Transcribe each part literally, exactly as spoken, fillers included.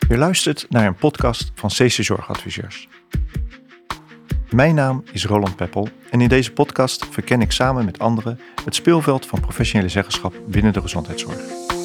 Je luistert naar een podcast van C C Zorgadviseurs. Mijn naam is Roland Peppel en in deze podcast verken ik samen met anderen het speelveld van professionele zeggenschap binnen de gezondheidszorg.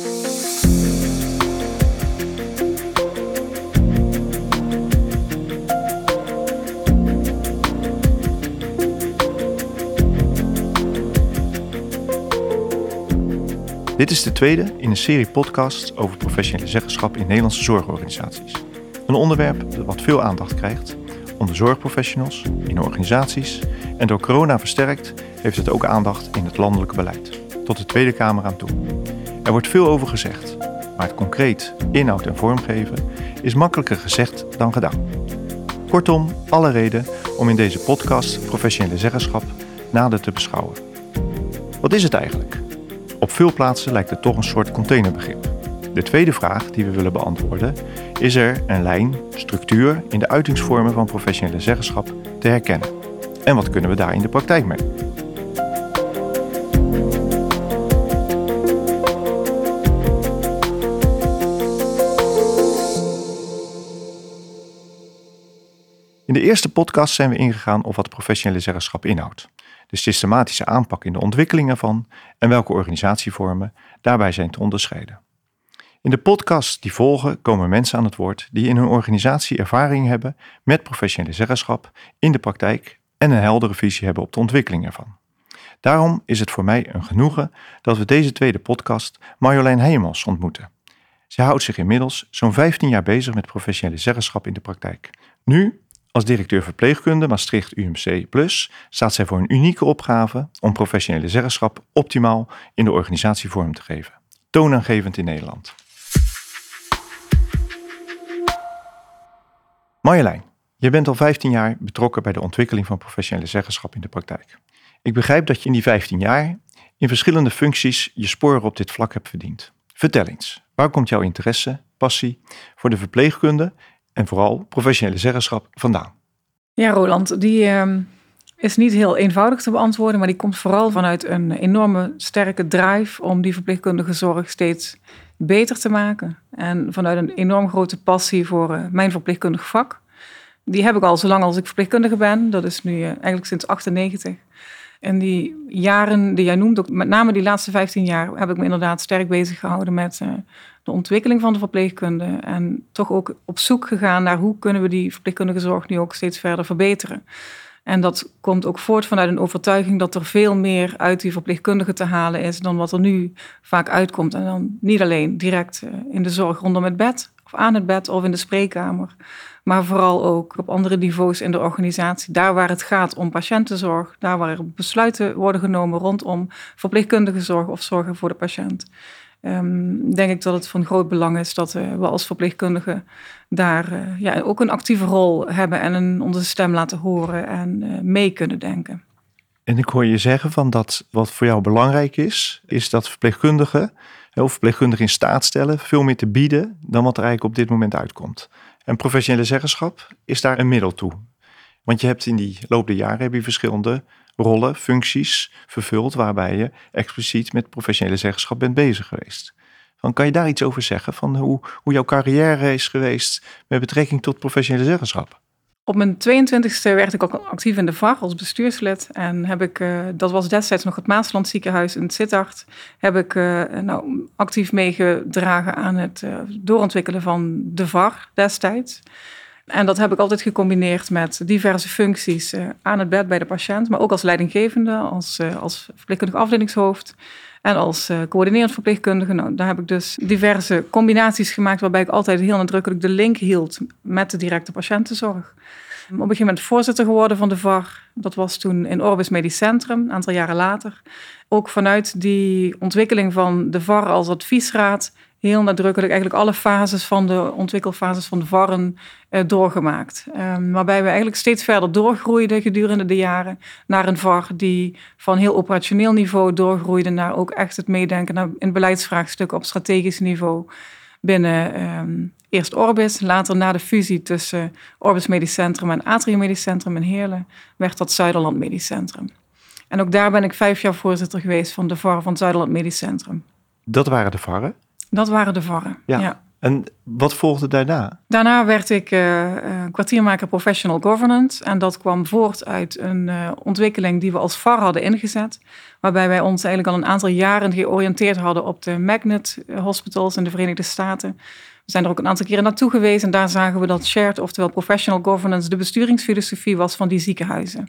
Dit is de tweede in een serie podcasts over professionele zeggenschap in Nederlandse zorgorganisaties. Een onderwerp dat wat veel aandacht krijgt onder zorgprofessionals, in organisaties en door corona versterkt heeft het ook aandacht in het landelijke beleid, tot de Tweede Kamer aan toe. Er wordt veel over gezegd, maar het concreet inhoud en vormgeven is makkelijker gezegd dan gedaan. Kortom, alle reden om in deze podcast professionele zeggenschap nader te beschouwen. Wat is het eigenlijk? Op veel plaatsen lijkt het toch een soort containerbegrip. De tweede vraag die we willen beantwoorden, is er een lijn, structuur in de uitingsvormen van professionele zeggenschap te herkennen? En wat kunnen we daar in de praktijk mee? In de eerste podcast zijn we ingegaan op wat professionele zeggenschap inhoudt, de systematische aanpak in de ontwikkeling ervan en welke organisatievormen daarbij zijn te onderscheiden. In de podcasts die volgen komen mensen aan het woord die in hun organisatie ervaring hebben met professionele zeggenschap in de praktijk en een heldere visie hebben op de ontwikkeling ervan. Daarom is het voor mij een genoegen dat we deze tweede podcast Marjolein Heijmans ontmoeten. Zij houdt zich inmiddels zo'n vijftien jaar bezig met professionele zeggenschap in de praktijk. Nu, als directeur verpleegkunde Maastricht U M C plus, staat zij voor een unieke opgave om professionele zeggenschap optimaal in de organisatie vorm te geven. Toonaangevend in Nederland. Marjolein, je bent al vijftien jaar betrokken bij de ontwikkeling van professionele zeggenschap in de praktijk. Ik begrijp dat je in die vijftien jaar in verschillende functies je sporen op dit vlak hebt verdiend. Vertel eens, waar komt jouw interesse, passie voor de verpleegkunde en vooral professionele zeggenschap vandaan? Ja, Roland, die uh, is niet heel eenvoudig te beantwoorden, maar die komt vooral vanuit een enorme sterke drive om die verpleegkundige zorg steeds beter te maken. En vanuit een enorm grote passie voor uh, mijn verpleegkundig vak. Die heb ik al zolang als ik verpleegkundige ben. Dat is nu uh, eigenlijk sinds achtennegentig. En die jaren die jij noemt, ook met name die laatste vijftien jaar, heb ik me inderdaad sterk bezig gehouden met uh, de ontwikkeling van de verpleegkunde. En toch ook op zoek gegaan naar hoe kunnen we die verpleegkundige zorg nu ook steeds verder verbeteren. En dat komt ook voort vanuit een overtuiging dat er veel meer uit die verpleegkundige te halen is dan wat er nu vaak uitkomt. En dan niet alleen direct uh, in de zorg rondom het bed of aan het bed of in de spreekkamer. Maar vooral ook op andere niveaus in de organisatie. Daar waar het gaat om patiëntenzorg. Daar waar er besluiten worden genomen rondom verpleegkundige zorg of zorgen voor de patiënt. Um, denk ik dat het van groot belang is dat uh, we als verpleegkundigen daar uh, ja, ook een actieve rol hebben. En een, onze stem laten horen en uh, mee kunnen denken. En ik hoor je zeggen van dat wat voor jou belangrijk is, is dat verpleegkundigen, of verpleegkundigen in staat stellen veel meer te bieden dan wat er eigenlijk op dit moment uitkomt. En professionele zeggenschap is daar een middel toe. Want je hebt in die loop der jaren heb je verschillende rollen, functies vervuld waarbij je expliciet met professionele zeggenschap bent bezig geweest. Van, kan je daar iets over zeggen van hoe, hoe jouw carrière is geweest met betrekking tot professionele zeggenschap? Op mijn tweeëntwintigste werd ik ook actief in de V A R als bestuurslid. En heb ik, uh, dat was destijds nog het Maasland ziekenhuis in Sittard, heb ik uh, nou, actief meegedragen aan het uh, doorontwikkelen van de V A R destijds. En dat heb ik altijd gecombineerd met diverse functies uh, aan het bed bij de patiënt, maar ook als leidinggevende, als, uh, als verpleegkundig afdelingshoofd en als uh, coördinerend verpleegkundige. Nou, daar heb ik dus diverse combinaties gemaakt waarbij ik altijd heel nadrukkelijk de link hield met de directe patiëntenzorg. Op een gegeven moment voorzitter geworden van de V A R. Dat was toen in Orbis Medisch Centrum, een aantal jaren later. Ook vanuit die ontwikkeling van de V A R als adviesraad heel nadrukkelijk eigenlijk alle fases van de ontwikkelfases van de V A R'en uh, doorgemaakt. Um, waarbij we eigenlijk steeds verder doorgroeiden gedurende de jaren naar een V A R die van heel operationeel niveau doorgroeide naar ook echt het meedenken naar in beleidsvraagstukken op strategisch niveau. Binnen um, eerst Orbis, later na de fusie tussen Orbis Medisch Centrum en Atrium Medisch Centrum in Heerlen werd dat Zuiderland Medisch Centrum. En ook daar ben ik vijf jaar voorzitter geweest van de V A R van Zuiderland Medisch Centrum. Dat waren de V A R'en? Dat waren de V A R'en, ja. ja. En wat volgde daarna? Daarna werd ik uh, kwartiermaker Professional Governance. En dat kwam voort uit een uh, ontwikkeling die we als V A R hadden ingezet. Waarbij wij ons eigenlijk al een aantal jaren georiënteerd hadden op de Magnet Hospitals in de Verenigde Staten. We zijn er ook een aantal keren naartoe geweest. En daar zagen we dat shared, oftewel Professional Governance, de besturingsfilosofie was van die ziekenhuizen.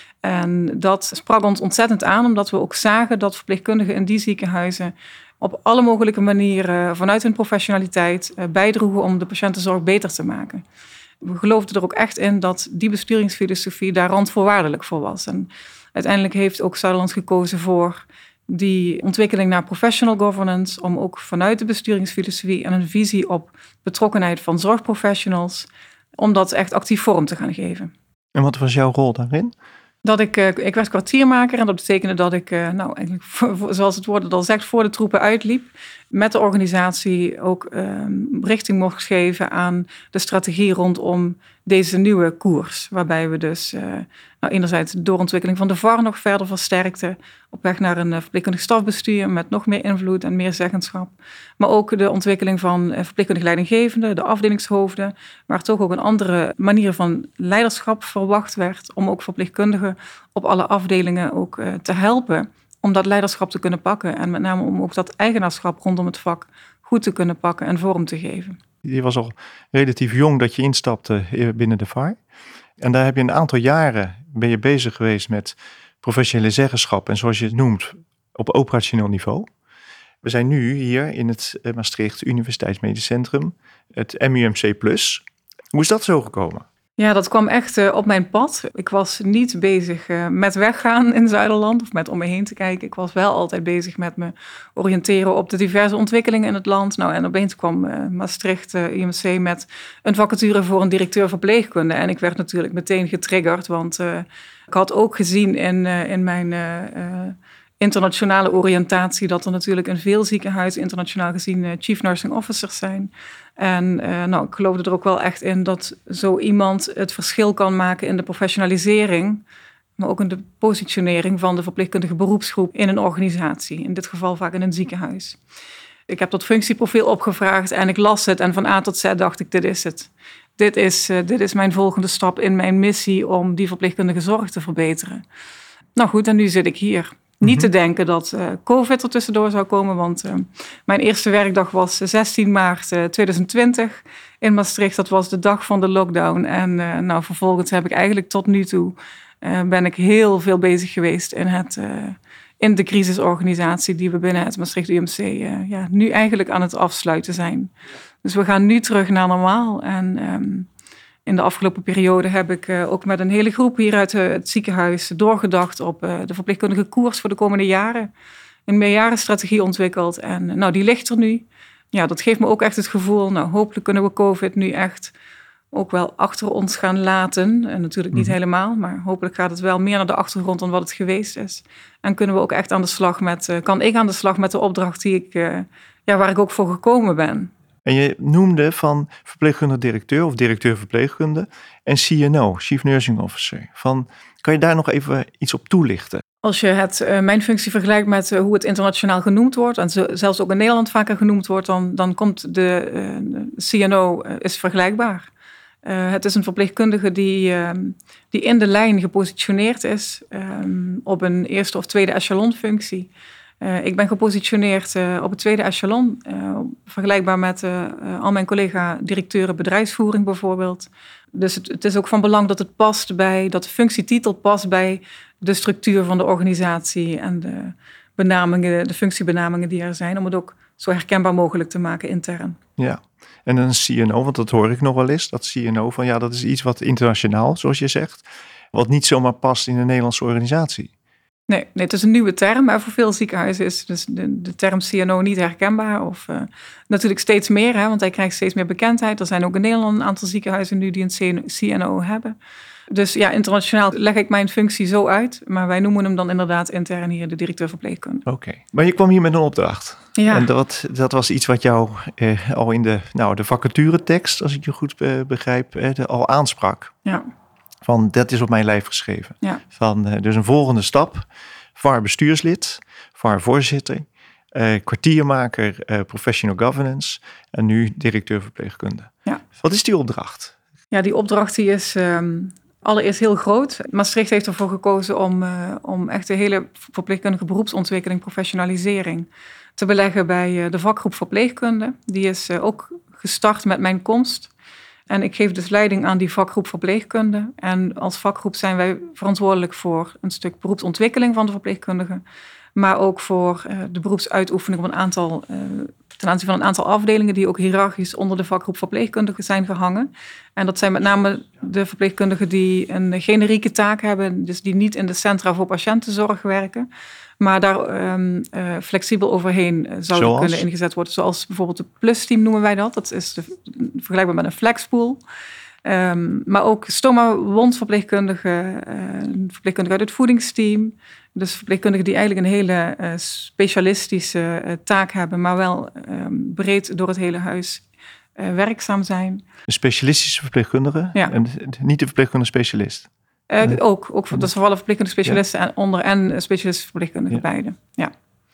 En dat sprak ons ontzettend aan, omdat we ook zagen dat verpleegkundigen in die ziekenhuizen op alle mogelijke manieren vanuit hun professionaliteit bijdroegen om de patiëntenzorg beter te maken. We geloofden er ook echt in dat die besturingsfilosofie daar randvoorwaardelijk voor was. En uiteindelijk heeft ook Zuiderland gekozen voor die ontwikkeling naar professional governance, om ook vanuit de besturingsfilosofie en een visie op betrokkenheid van zorgprofessionals, om dat echt actief vorm te gaan geven. En wat was jouw rol daarin? Dat ik, ik werd kwartiermaker en dat betekende dat ik, nou eigenlijk zoals het woord het al zegt, voor de troepen uitliep. Met de organisatie ook um, richting mocht geven aan de strategie rondom deze nieuwe koers. Waarbij we dus uh, nou, enerzijds de doorontwikkeling van de V A R nog verder versterkten. Op weg naar een uh, verpleegkundig stafbestuur met nog meer invloed en meer zeggenschap. Maar ook de ontwikkeling van uh, verpleegkundig leidinggevenden, de afdelingshoofden. Waar toch ook een andere manier van leiderschap verwacht werd. Om ook verpleegkundigen op alle afdelingen ook uh, te helpen om dat leiderschap te kunnen pakken. En met name om ook dat eigenaarschap rondom het vak goed te kunnen pakken en vorm te geven. Je was al relatief jong dat je instapte binnen de V A R. En daar heb je een aantal jaren ben je bezig geweest met professionele zeggenschap. En zoals je het noemt, op operationeel niveau. We zijn nu hier in het Maastricht Universiteitsmedisch Centrum, het M U M C plus. Hoe is dat zo gekomen? Ja, dat kwam echt uh, op mijn pad. Ik was niet bezig uh, met weggaan in Zuiderland of met om me heen te kijken. Ik was wel altijd bezig met me oriënteren op de diverse ontwikkelingen in het land. Nou, en opeens kwam uh, Maastricht uh, U M C met een vacature voor een directeur verpleegkunde. En ik werd natuurlijk meteen getriggerd, want uh, ik had ook gezien in, uh, in mijn uh, uh, internationale oriëntatie dat er natuurlijk in veel ziekenhuizen internationaal gezien uh, chief nursing officers zijn. En uh, nou, ik geloofde er ook wel echt in dat zo iemand het verschil kan maken in de professionalisering, maar ook in de positionering van de verpleegkundige beroepsgroep in een organisatie. In dit geval vaak in een ziekenhuis. Ik heb dat functieprofiel opgevraagd en ik las het en van A tot Z dacht ik, dit is het. Dit is, uh, dit is mijn volgende stap in mijn missie om die verpleegkundige zorg te verbeteren. Nou goed, en nu zit ik hier. Niet te denken dat uh, COVID er tussendoor zou komen, want uh, mijn eerste werkdag was zestien maart tweeduizend twintig in Maastricht. Dat was de dag van de lockdown. En uh, nou, vervolgens heb ik eigenlijk tot nu toe uh, ben ik heel veel bezig geweest in, het, uh, in de crisisorganisatie die we binnen het Maastricht U M C uh, ja, nu eigenlijk aan het afsluiten zijn. Dus we gaan nu terug naar normaal. En um, in de afgelopen periode heb ik uh, ook met een hele groep hier uit uh, het ziekenhuis doorgedacht op uh, de verpleegkundige koers voor de komende jaren. Een meerjarenstrategie ontwikkeld en uh, nou, die ligt er nu. Ja, dat geeft me ook echt het gevoel, nou, hopelijk kunnen we COVID nu echt ook wel achter ons gaan laten. En natuurlijk niet mm. helemaal, maar hopelijk gaat het wel meer naar de achtergrond dan wat het geweest is. En kunnen we ook echt aan de slag met, uh, kan ik aan de slag met de opdracht die ik, uh, ja, waar ik ook voor gekomen ben. En je noemde van verpleegkundige directeur of directeur verpleegkunde en C N O, Chief Nursing Officer. Van, kan je daar nog even iets op toelichten? Als je het, uh, mijn functie vergelijkt met uh, hoe het internationaal genoemd wordt, en zo, zelfs ook in Nederland vaker genoemd wordt, dan, dan komt de uh, C N O uh, is vergelijkbaar. Uh, het is een verpleegkundige die, uh, die in de lijn gepositioneerd is um, op een eerste of tweede echelon functie. Uh, ik ben gepositioneerd uh, op het tweede echelon, uh, vergelijkbaar met uh, uh, al mijn collega-directeuren bedrijfsvoering bijvoorbeeld. Dus het, het is ook van belang dat het past bij, dat de functietitel past bij de structuur van de organisatie en de benamingen, de functiebenamingen die er zijn, om het ook zo herkenbaar mogelijk te maken intern. Ja, en een C N O, want dat hoor ik nog wel eens, dat C N O van ja, dat is iets wat internationaal, zoals je zegt, wat niet zomaar past in een Nederlandse organisatie. Nee, nee, het is een nieuwe term, maar voor veel ziekenhuizen is dus de, de term C N O niet herkenbaar. Of uh, natuurlijk steeds meer, hè, want hij krijgt steeds meer bekendheid. Er zijn ook in Nederland een aantal ziekenhuizen nu die een C N O hebben. Dus ja, internationaal leg ik mijn functie zo uit, maar wij noemen hem dan inderdaad intern hier de directeur verpleegkunde. Oké, okay. Maar je kwam hier met een opdracht. Ja. En dat, dat was iets wat jou eh, al in de, nou, de vacaturetekst, als ik je goed eh, begrijp, eh, de, al aansprak. Ja. Van, dat is op mijn lijf geschreven. Ja. Van, uh, dus een volgende stap. V A R bestuurslid, V A R voorzitter. uh, kwartiermaker uh, Professional Governance en nu directeur verpleegkunde. Ja. Wat is die opdracht? Ja, die opdracht die is um, allereerst heel groot. Maastricht heeft ervoor gekozen om, uh, om echt de hele verpleegkundige beroepsontwikkeling, professionalisering te beleggen bij uh, de vakgroep verpleegkunde. Die is uh, ook gestart met mijn komst. En ik geef dus leiding aan die vakgroep verpleegkunde. En als vakgroep zijn wij verantwoordelijk voor een stuk beroepsontwikkeling van de verpleegkundigen. Maar ook voor uh, de beroepsuitoefening op een aantal, uh, ten aanzien van een aantal afdelingen die ook hiërarchisch onder de vakgroep verpleegkundigen zijn gehangen. En dat zijn met name de verpleegkundigen die een generieke taak hebben, dus die niet in de centra voor patiëntenzorg werken, maar daar um, uh, flexibel overheen zouden zoals? kunnen ingezet worden. Zoals bijvoorbeeld de plusteam noemen wij dat. Dat is de, vergelijkbaar met een flexpool. Um, maar ook stoma-wondverpleegkundigen, uh, verpleegkundigen uit het voedingsteam. Dus verpleegkundigen die eigenlijk een hele uh, specialistische uh, taak hebben, maar wel um, breed door het hele huis uh, werkzaam zijn. Een specialistische verpleegkundige ja. en niet de verpleegkundige specialist? Uh, nee. Ook, ook dat is vooral verpleegkundige specialisten ja. en onder en specialisten verpleegkundigen ja. beide. Ja.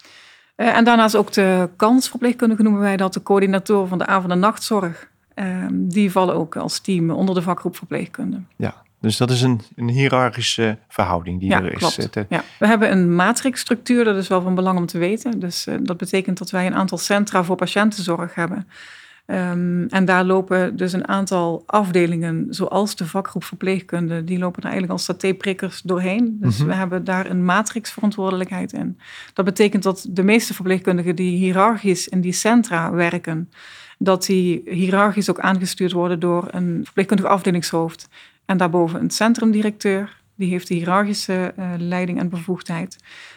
Uh, en daarnaast ook de kansverpleegkundigen noemen wij dat, de coördinatoren van de avond- en nachtzorg. Uh, die vallen ook als team onder de vakgroep verpleegkunde. Ja, dus dat is een, een hiërarchische verhouding die ja, er is. Klopt. Te... Ja, we hebben een matrixstructuur, dat is wel van belang om te weten. Dus uh, dat betekent dat wij een aantal centra voor patiëntenzorg hebben. Um, en daar lopen dus een aantal afdelingen, zoals de vakgroep verpleegkunde, die lopen er eigenlijk als satéprikkers doorheen. Dus mm-hmm. we hebben daar een matrixverantwoordelijkheid in. Dat betekent dat de meeste verpleegkundigen die hiërarchisch in die centra werken, dat die hiërarchisch ook aangestuurd worden door een verpleegkundig afdelingshoofd. En daarboven een centrumdirecteur, die heeft de hiërarchische uh, leiding en bevoegdheid.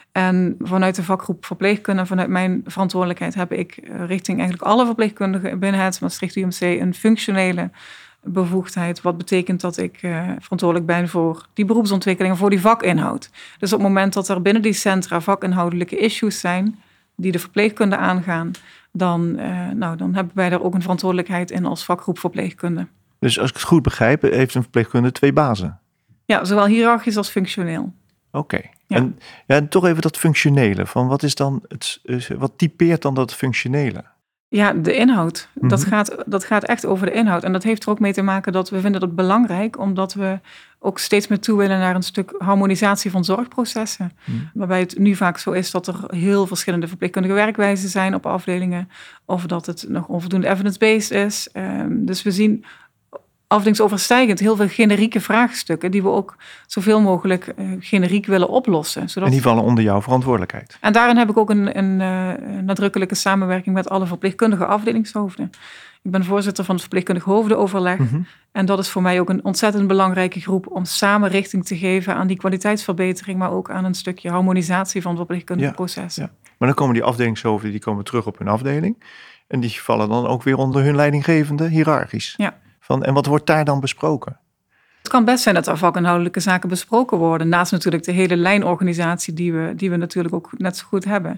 En vanuit de vakgroep verpleegkunde en vanuit mijn verantwoordelijkheid heb ik richting eigenlijk alle verpleegkundigen binnen het Maastricht U M C een functionele bevoegdheid. Wat betekent dat ik uh, verantwoordelijk ben voor die beroepsontwikkeling en voor die vakinhoud. Dus op het moment dat er binnen die centra vakinhoudelijke issues zijn die de verpleegkunde aangaan, dan, uh, nou, dan hebben wij daar ook een verantwoordelijkheid in als vakgroep verpleegkunde. Dus als ik het goed begrijp, heeft een verpleegkunde twee bazen? Ja, zowel hiërarchisch als functioneel. Oké. Okay. Ja. En ja, toch even dat functionele. Van wat is dan het, wat typeert dan dat functionele? Ja, de inhoud. Mm-hmm. Dat gaat, dat gaat echt over de inhoud. En dat heeft er ook mee te maken dat we vinden dat belangrijk, omdat we ook steeds meer toe willen naar een stuk harmonisatie van zorgprocessen. Mm. Waarbij het nu vaak zo is dat er heel verschillende verpleegkundige werkwijzen zijn op afdelingen, of dat het nog onvoldoende evidence-based is. Um, dus we zien afdelingsoverstijgend heel veel generieke vraagstukken die we ook zoveel mogelijk uh, generiek willen oplossen. Zodat... En die vallen onder jouw verantwoordelijkheid. En daarin heb ik ook een, een uh, nadrukkelijke samenwerking met alle verpleegkundige afdelingshoofden. Ik ben voorzitter van het verpleegkundig hoofdenoverleg. Mm-hmm. En dat is voor mij ook een ontzettend belangrijke groep om samen richting te geven aan die kwaliteitsverbetering, maar ook aan een stukje harmonisatie van verpleegkundige ja, processen. Ja. Maar dan komen die afdelingshoofden die komen terug op hun afdeling. En die vallen dan ook weer onder hun leidinggevende hiërarchisch. Ja. Van, en wat wordt daar dan besproken? Het kan best zijn dat er vakinhoudelijke zaken besproken worden. Naast natuurlijk de hele lijnorganisatie die we, die we natuurlijk ook net zo goed hebben.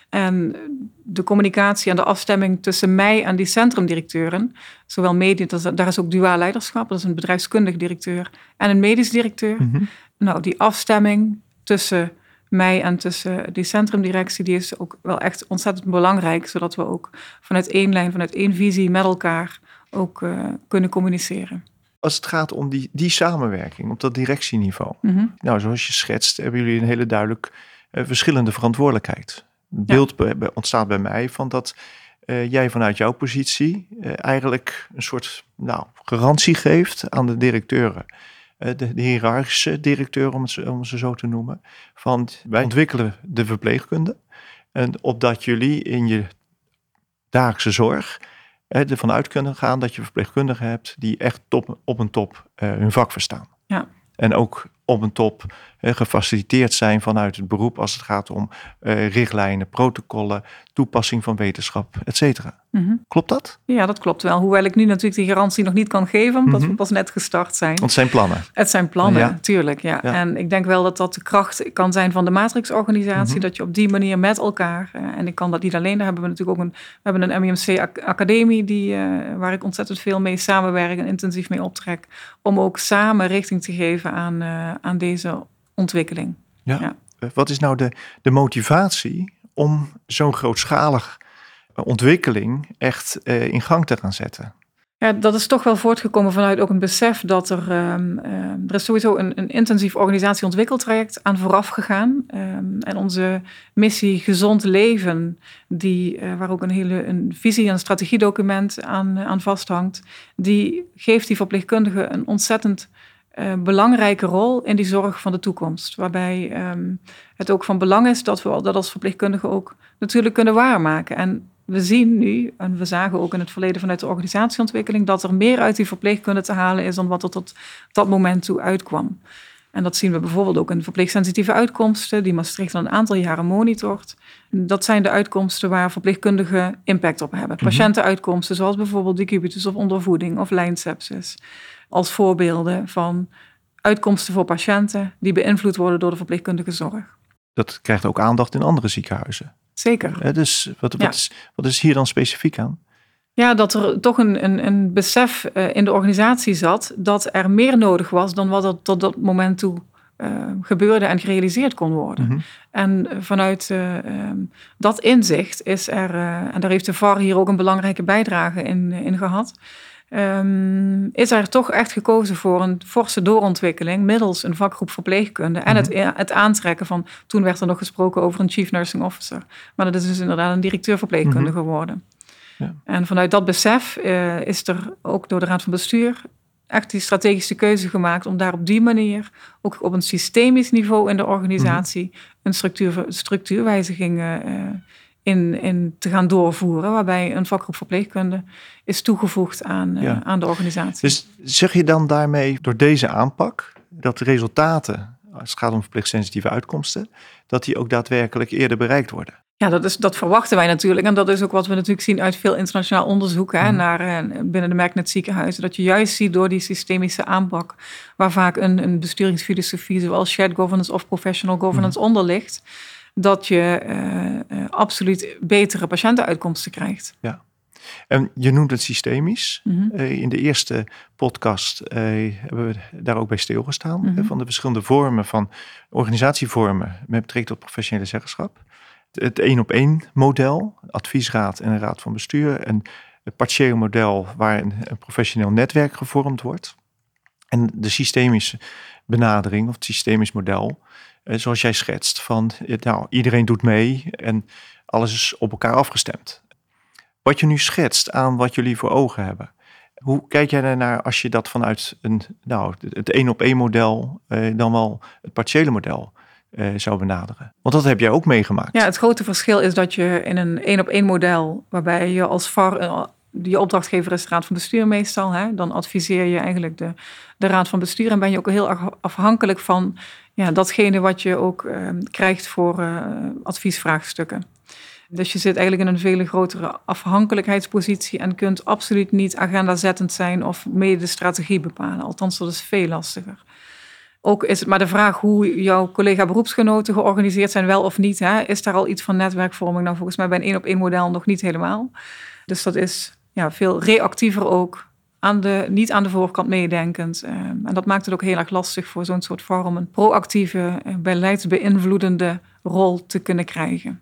En de communicatie en de afstemming tussen mij en die centrumdirecteuren. Zowel medisch, daar is ook duaal leiderschap. Dat is een bedrijfskundig directeur en een medisch directeur. Mm-hmm. Nou, die afstemming tussen mij en tussen die centrumdirectie, die is ook wel echt ontzettend belangrijk. Zodat we ook vanuit één lijn, vanuit één visie met elkaar ook uh, kunnen communiceren. Als het gaat om die, die samenwerking op dat directieniveau. Mm-hmm. Nou, zoals je schetst, hebben jullie een hele duidelijk uh, verschillende verantwoordelijkheid. Het beeld ja. be, be, ontstaat bij mij van dat uh, jij vanuit jouw positie uh, eigenlijk een soort nou, garantie geeft aan de directeuren. Uh, de, de hiërarchische directeur, om het, om ze zo te noemen. Van wij ontwikkelen de verpleegkunde. En opdat jullie in je dagelijkse zorg ervan uit kunnen gaan dat je verpleegkundigen hebt die echt top, op een top uh, hun vak verstaan. Ja. En ook op een top uh, gefaciliteerd zijn vanuit het beroep als het gaat om uh, richtlijnen, protocollen, toepassing van wetenschap, et cetera. Mm-hmm. Klopt dat? Ja, dat klopt wel. Hoewel ik nu natuurlijk die garantie nog niet kan geven, omdat mm-hmm. we pas net gestart zijn. Want het zijn plannen. Het zijn plannen, ja. tuurlijk. Ja. Ja. En ik denk wel dat dat de kracht kan zijn van de matrixorganisatie, mm-hmm. dat je op die manier met elkaar, uh, en ik kan dat niet alleen, daar hebben we natuurlijk ook een, we hebben een M I M C-academie die, uh, waar ik ontzettend veel mee samenwerk en intensief mee optrek, om ook samen richting te geven aan, uh, aan deze ontwikkeling. Ja. Ja. Wat is nou de, de motivatie om zo'n grootschalig ontwikkeling echt uh, in gang te gaan zetten? Ja, dat is toch wel voortgekomen vanuit ook een besef dat er... Um, um, er is sowieso een, een intensief organisatie-ontwikkeltraject aan vooraf gegaan. Um, en onze missie Gezond Leven, die, uh, waar ook een hele een visie- en strategiedocument aan, uh, aan vasthangt, die geeft die verpleegkundigen een ontzettend uh, belangrijke rol in die zorg van de toekomst. Waarbij um, het ook van belang is dat we dat als verpleegkundigen ook natuurlijk kunnen waarmaken. En we zien nu, en we zagen ook in het verleden vanuit de organisatieontwikkeling, dat er meer uit die verpleegkunde te halen is dan wat er tot dat moment toe uitkwam. En dat zien we bijvoorbeeld ook in verpleegsensitieve uitkomsten, die Maastricht al een aantal jaren monitort. Dat zijn de uitkomsten waar verpleegkundigen impact op hebben. Mm-hmm. Patiëntenuitkomsten zoals bijvoorbeeld decubitus of ondervoeding of lijnsepsis. Als voorbeelden van uitkomsten voor patiënten die beïnvloed worden door de verpleegkundige zorg. Dat krijgt ook aandacht in andere ziekenhuizen. Zeker. Dus wat, wat, ja. is, wat is hier dan specifiek aan? Ja, dat er toch een, een, een besef uh, in de organisatie zat dat er meer nodig was dan wat er tot dat moment toe uh, gebeurde en gerealiseerd kon worden. Mm-hmm. En vanuit uh, um, dat inzicht is er, uh, en daar heeft de V A R hier ook een belangrijke bijdrage in, in gehad, Um, is er toch echt gekozen voor een forse doorontwikkeling middels een vakgroep verpleegkunde en mm-hmm. het, het aantrekken van, toen werd er nog gesproken over een chief nursing officer, maar dat is dus inderdaad een directeur verpleegkunde mm-hmm. geworden. Ja. En vanuit dat besef uh, is er ook door de Raad van Bestuur echt die strategische keuze gemaakt om daar op die manier, ook op een systemisch niveau in de organisatie, mm-hmm. een structuur, structuurwijziging uh, In, in te gaan doorvoeren, waarbij een vakgroep verpleegkunde is toegevoegd aan, ja. uh, aan de organisatie. Dus zeg je dan daarmee, door deze aanpak, dat de resultaten, als het gaat om verpleegsensitieve uitkomsten, dat die ook daadwerkelijk eerder bereikt worden? Ja, dat, is, dat verwachten wij natuurlijk. En dat is ook wat we natuurlijk zien uit veel internationaal onderzoek hè, mm. naar, uh, binnen de MECNET ziekenhuizen. Dat je juist ziet door die systemische aanpak, waar vaak een, een besturingsfilosofie zoals shared governance of professional governance mm. onder ligt, dat je uh, uh, absoluut betere patiëntenuitkomsten krijgt. Ja. En je noemt het systemisch. Mm-hmm. Uh, in de eerste podcast uh, hebben we daar ook bij stilgestaan. Mm-hmm. Uh, van de verschillende vormen van organisatievormen met betrekking tot professionele zeggenschap. Het één-op-één model, adviesraad en een raad van bestuur. En het partiële model waar een, een professioneel netwerk gevormd wordt. En de systemische benadering of het systemisch model, zoals jij schetst, van nou, iedereen doet mee en alles is op elkaar afgestemd. Wat je nu schetst aan wat jullie voor ogen hebben, hoe kijk jij daarnaar als je dat vanuit een, nou, het één-op-één model eh, dan wel het partiële model eh, zou benaderen? Want dat heb jij ook meegemaakt. Ja, het grote verschil is dat je in een één-op-één model, waarbij je als V A R, je opdrachtgever is de Raad van Bestuur meestal, hè, dan adviseer je eigenlijk de, de Raad van Bestuur en ben je ook heel erg afhankelijk van ja, datgene wat je ook uh, krijgt voor uh, adviesvraagstukken. Dus je zit eigenlijk in een veel grotere afhankelijkheidspositie en kunt absoluut niet agendazettend zijn of mede de strategie bepalen. Althans, dat is veel lastiger. Ook is het maar de vraag hoe jouw collega-beroepsgenoten georganiseerd zijn, wel of niet. Hè? Is daar al iets van netwerkvorming? Nou, volgens mij bij een één-op-één model nog niet helemaal. Dus dat is ja, veel reactiever ook. Aan de, niet aan de voorkant meedenkend. Uh, en dat maakt het ook heel erg lastig voor zo'n soort vorm een proactieve, uh, beleidsbeïnvloedende rol te kunnen krijgen.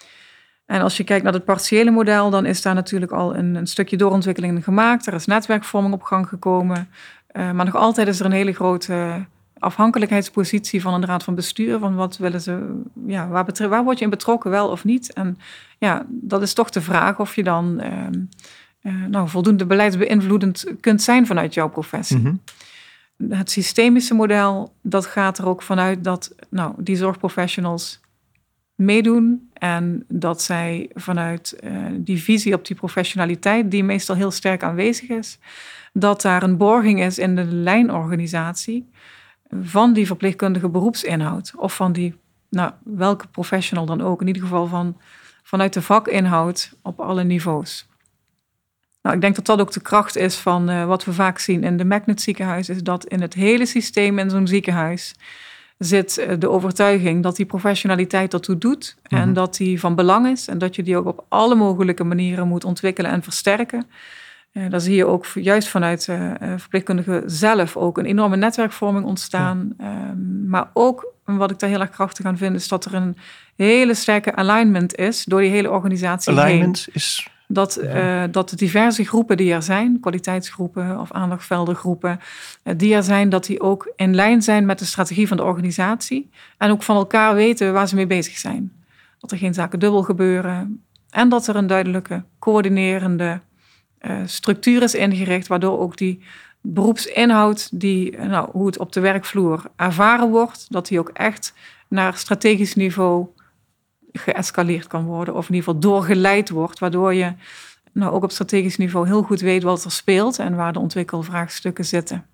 En als je kijkt naar het partiële model, dan is daar natuurlijk al een, een stukje doorontwikkeling gemaakt. Er is netwerkvorming op gang gekomen. Uh, maar nog altijd is er een hele grote afhankelijkheidspositie van een raad van bestuur. Van wat willen ze, ja, waar, betre- waar word je in betrokken, wel of niet? En ja, dat is toch de vraag of je dan Uh, Uh, nou, voldoende beleidsbeïnvloedend kunt zijn vanuit jouw professie. Mm-hmm. Het systemische model, dat gaat er ook vanuit dat nou, die zorgprofessionals meedoen en dat zij vanuit uh, die visie op die professionaliteit, die meestal heel sterk aanwezig is, dat daar een borging is in de lijnorganisatie van die verpleegkundige beroepsinhoud of van die, nou, welke professional dan ook, in ieder geval van, vanuit de vakinhoud op alle niveaus. Nou, ik denk dat dat ook de kracht is van uh, wat we vaak zien in de MECNET ziekenhuis, is dat in het hele systeem in zo'n ziekenhuis zit uh, de overtuiging dat die professionaliteit ertoe doet mm-hmm. en dat die van belang is en dat je die ook op alle mogelijke manieren moet ontwikkelen en versterken. Uh, daar zie je ook juist vanuit uh, verpleegkundigen zelf ook een enorme netwerkvorming ontstaan, ja. uh, maar ook En wat ik daar heel erg krachtig aan vind, is dat er een hele sterke alignment is door die hele organisatie alignment heen. is... Dat, uh, dat de diverse groepen die er zijn, kwaliteitsgroepen of aandachtveldengroepen, uh, die er zijn, dat die ook in lijn zijn met de strategie van de organisatie. En ook van elkaar weten waar ze mee bezig zijn. Dat er geen zaken dubbel gebeuren. En dat er een duidelijke, coördinerende uh, structuur is ingericht, waardoor ook die beroepsinhoud, die, uh, nou, hoe het op de werkvloer ervaren wordt, dat die ook echt naar strategisch niveau geëscaleerd kan worden, of in ieder geval doorgeleid wordt, waardoor je nou ook op strategisch niveau heel goed weet wat er speelt en waar de ontwikkelvraagstukken zitten.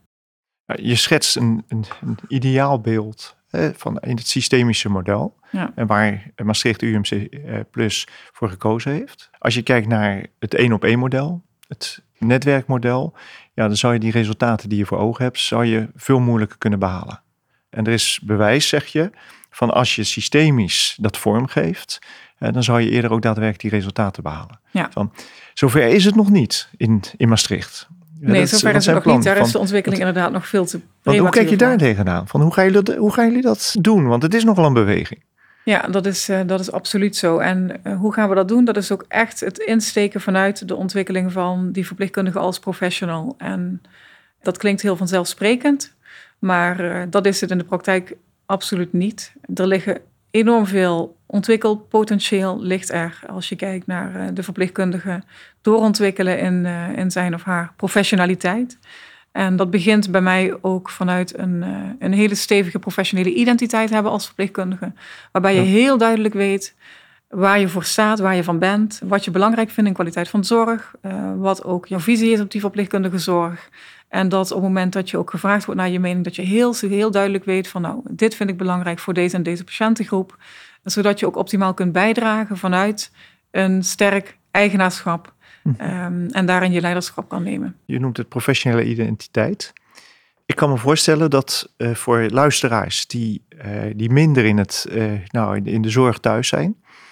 Je schetst een, een, een ideaal beeld hè, van in het systemische model, ja. En waar Maastricht U M C Plus voor gekozen heeft. Als je kijkt naar het één op één model, het netwerkmodel, ja, dan zou je die resultaten die je voor ogen hebt, zou je veel moeilijker kunnen behalen. En er is bewijs, zeg je, van als je systemisch dat vormgeeft, eh, dan zou je eerder ook daadwerkelijk die resultaten behalen. Ja. Van, zover is het nog niet in, in Maastricht. Nee, dat, zover is het nog niet. Daar van, is de ontwikkeling wat, inderdaad nog veel te prematuro. Hoe kijk je daar tegenaan? Van, hoe, gaan jullie dat, hoe gaan jullie dat doen? Want het is nogal een beweging. Ja, dat is, uh, dat is absoluut zo. En uh, hoe gaan we dat doen? Dat is ook echt het insteken vanuit de ontwikkeling van die verpleegkundige als professional. En dat klinkt heel vanzelfsprekend, maar uh, dat is het in de praktijk absoluut niet. Er liggen enorm veel ontwikkelpotentieel ligt er als je kijkt naar uh, de verpleegkundige doorontwikkelen in, uh, in zijn of haar professionaliteit. En dat begint bij mij ook vanuit een, uh, een hele stevige professionele identiteit hebben als verpleegkundige. Waarbij je heel duidelijk weet waar je voor staat, waar je van bent, wat je belangrijk vindt in kwaliteit van zorg, uh, wat ook jouw visie is op die verpleegkundige zorg. En dat op het moment dat je ook gevraagd wordt naar je mening, dat je heel, heel duidelijk weet van nou, dit vind ik belangrijk voor deze en deze patiëntengroep. Zodat je ook optimaal kunt bijdragen vanuit een sterk eigenaarschap. Um, en daarin je leiderschap kan nemen. Je noemt het professionele identiteit. Ik kan me voorstellen dat uh, voor luisteraars die, uh, die minder in, het, uh, nou, in, de, in de zorg thuis zijn,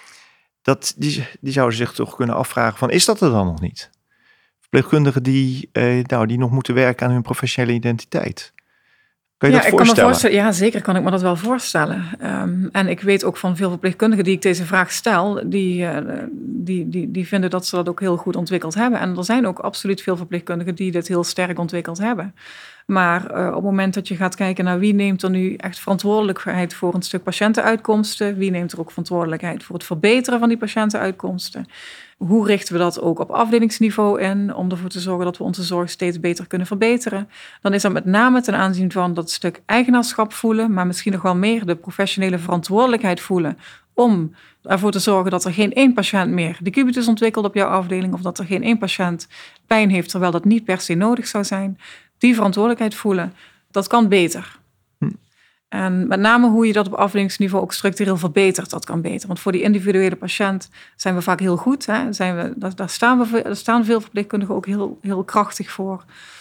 dat die, die zouden zich toch kunnen afvragen van, is dat er dan nog niet? Verpleegkundigen die, uh, nou, die nog moeten werken aan hun professionele identiteit. Kun je ja, dat ik voorstellen? Kan me voorstellen? Ja, zeker kan ik me dat wel voorstellen. Um, en ik weet ook van veel verpleegkundigen die ik deze vraag stel, die, uh, die, die, die vinden dat ze dat ook heel goed ontwikkeld hebben. En er zijn ook absoluut veel verpleegkundigen die dit heel sterk ontwikkeld hebben. Maar uh, op het moment dat je gaat kijken naar wie neemt er nu echt verantwoordelijkheid voor een stuk patiëntenuitkomsten, wie neemt er ook verantwoordelijkheid voor het verbeteren van die patiëntenuitkomsten, hoe richten we dat ook op afdelingsniveau in om ervoor te zorgen dat we onze zorg steeds beter kunnen verbeteren, dan is dat met name ten aanzien van dat stuk eigenaarschap voelen, maar misschien nog wel meer de professionele verantwoordelijkheid voelen om ervoor te zorgen dat er geen één patiënt meer de cubitus ontwikkelt op jouw afdeling of dat er geen één patiënt pijn heeft terwijl dat niet per se nodig zou zijn. Die verantwoordelijkheid voelen, dat kan beter. Hm. En met name hoe je dat op afdelingsniveau ook structureel verbetert, dat kan beter. Want voor die individuele patiënt zijn we vaak heel goed. Hè? Zijn we, daar, daar, staan we, daar staan veel verpleegkundigen ook heel, heel krachtig voor.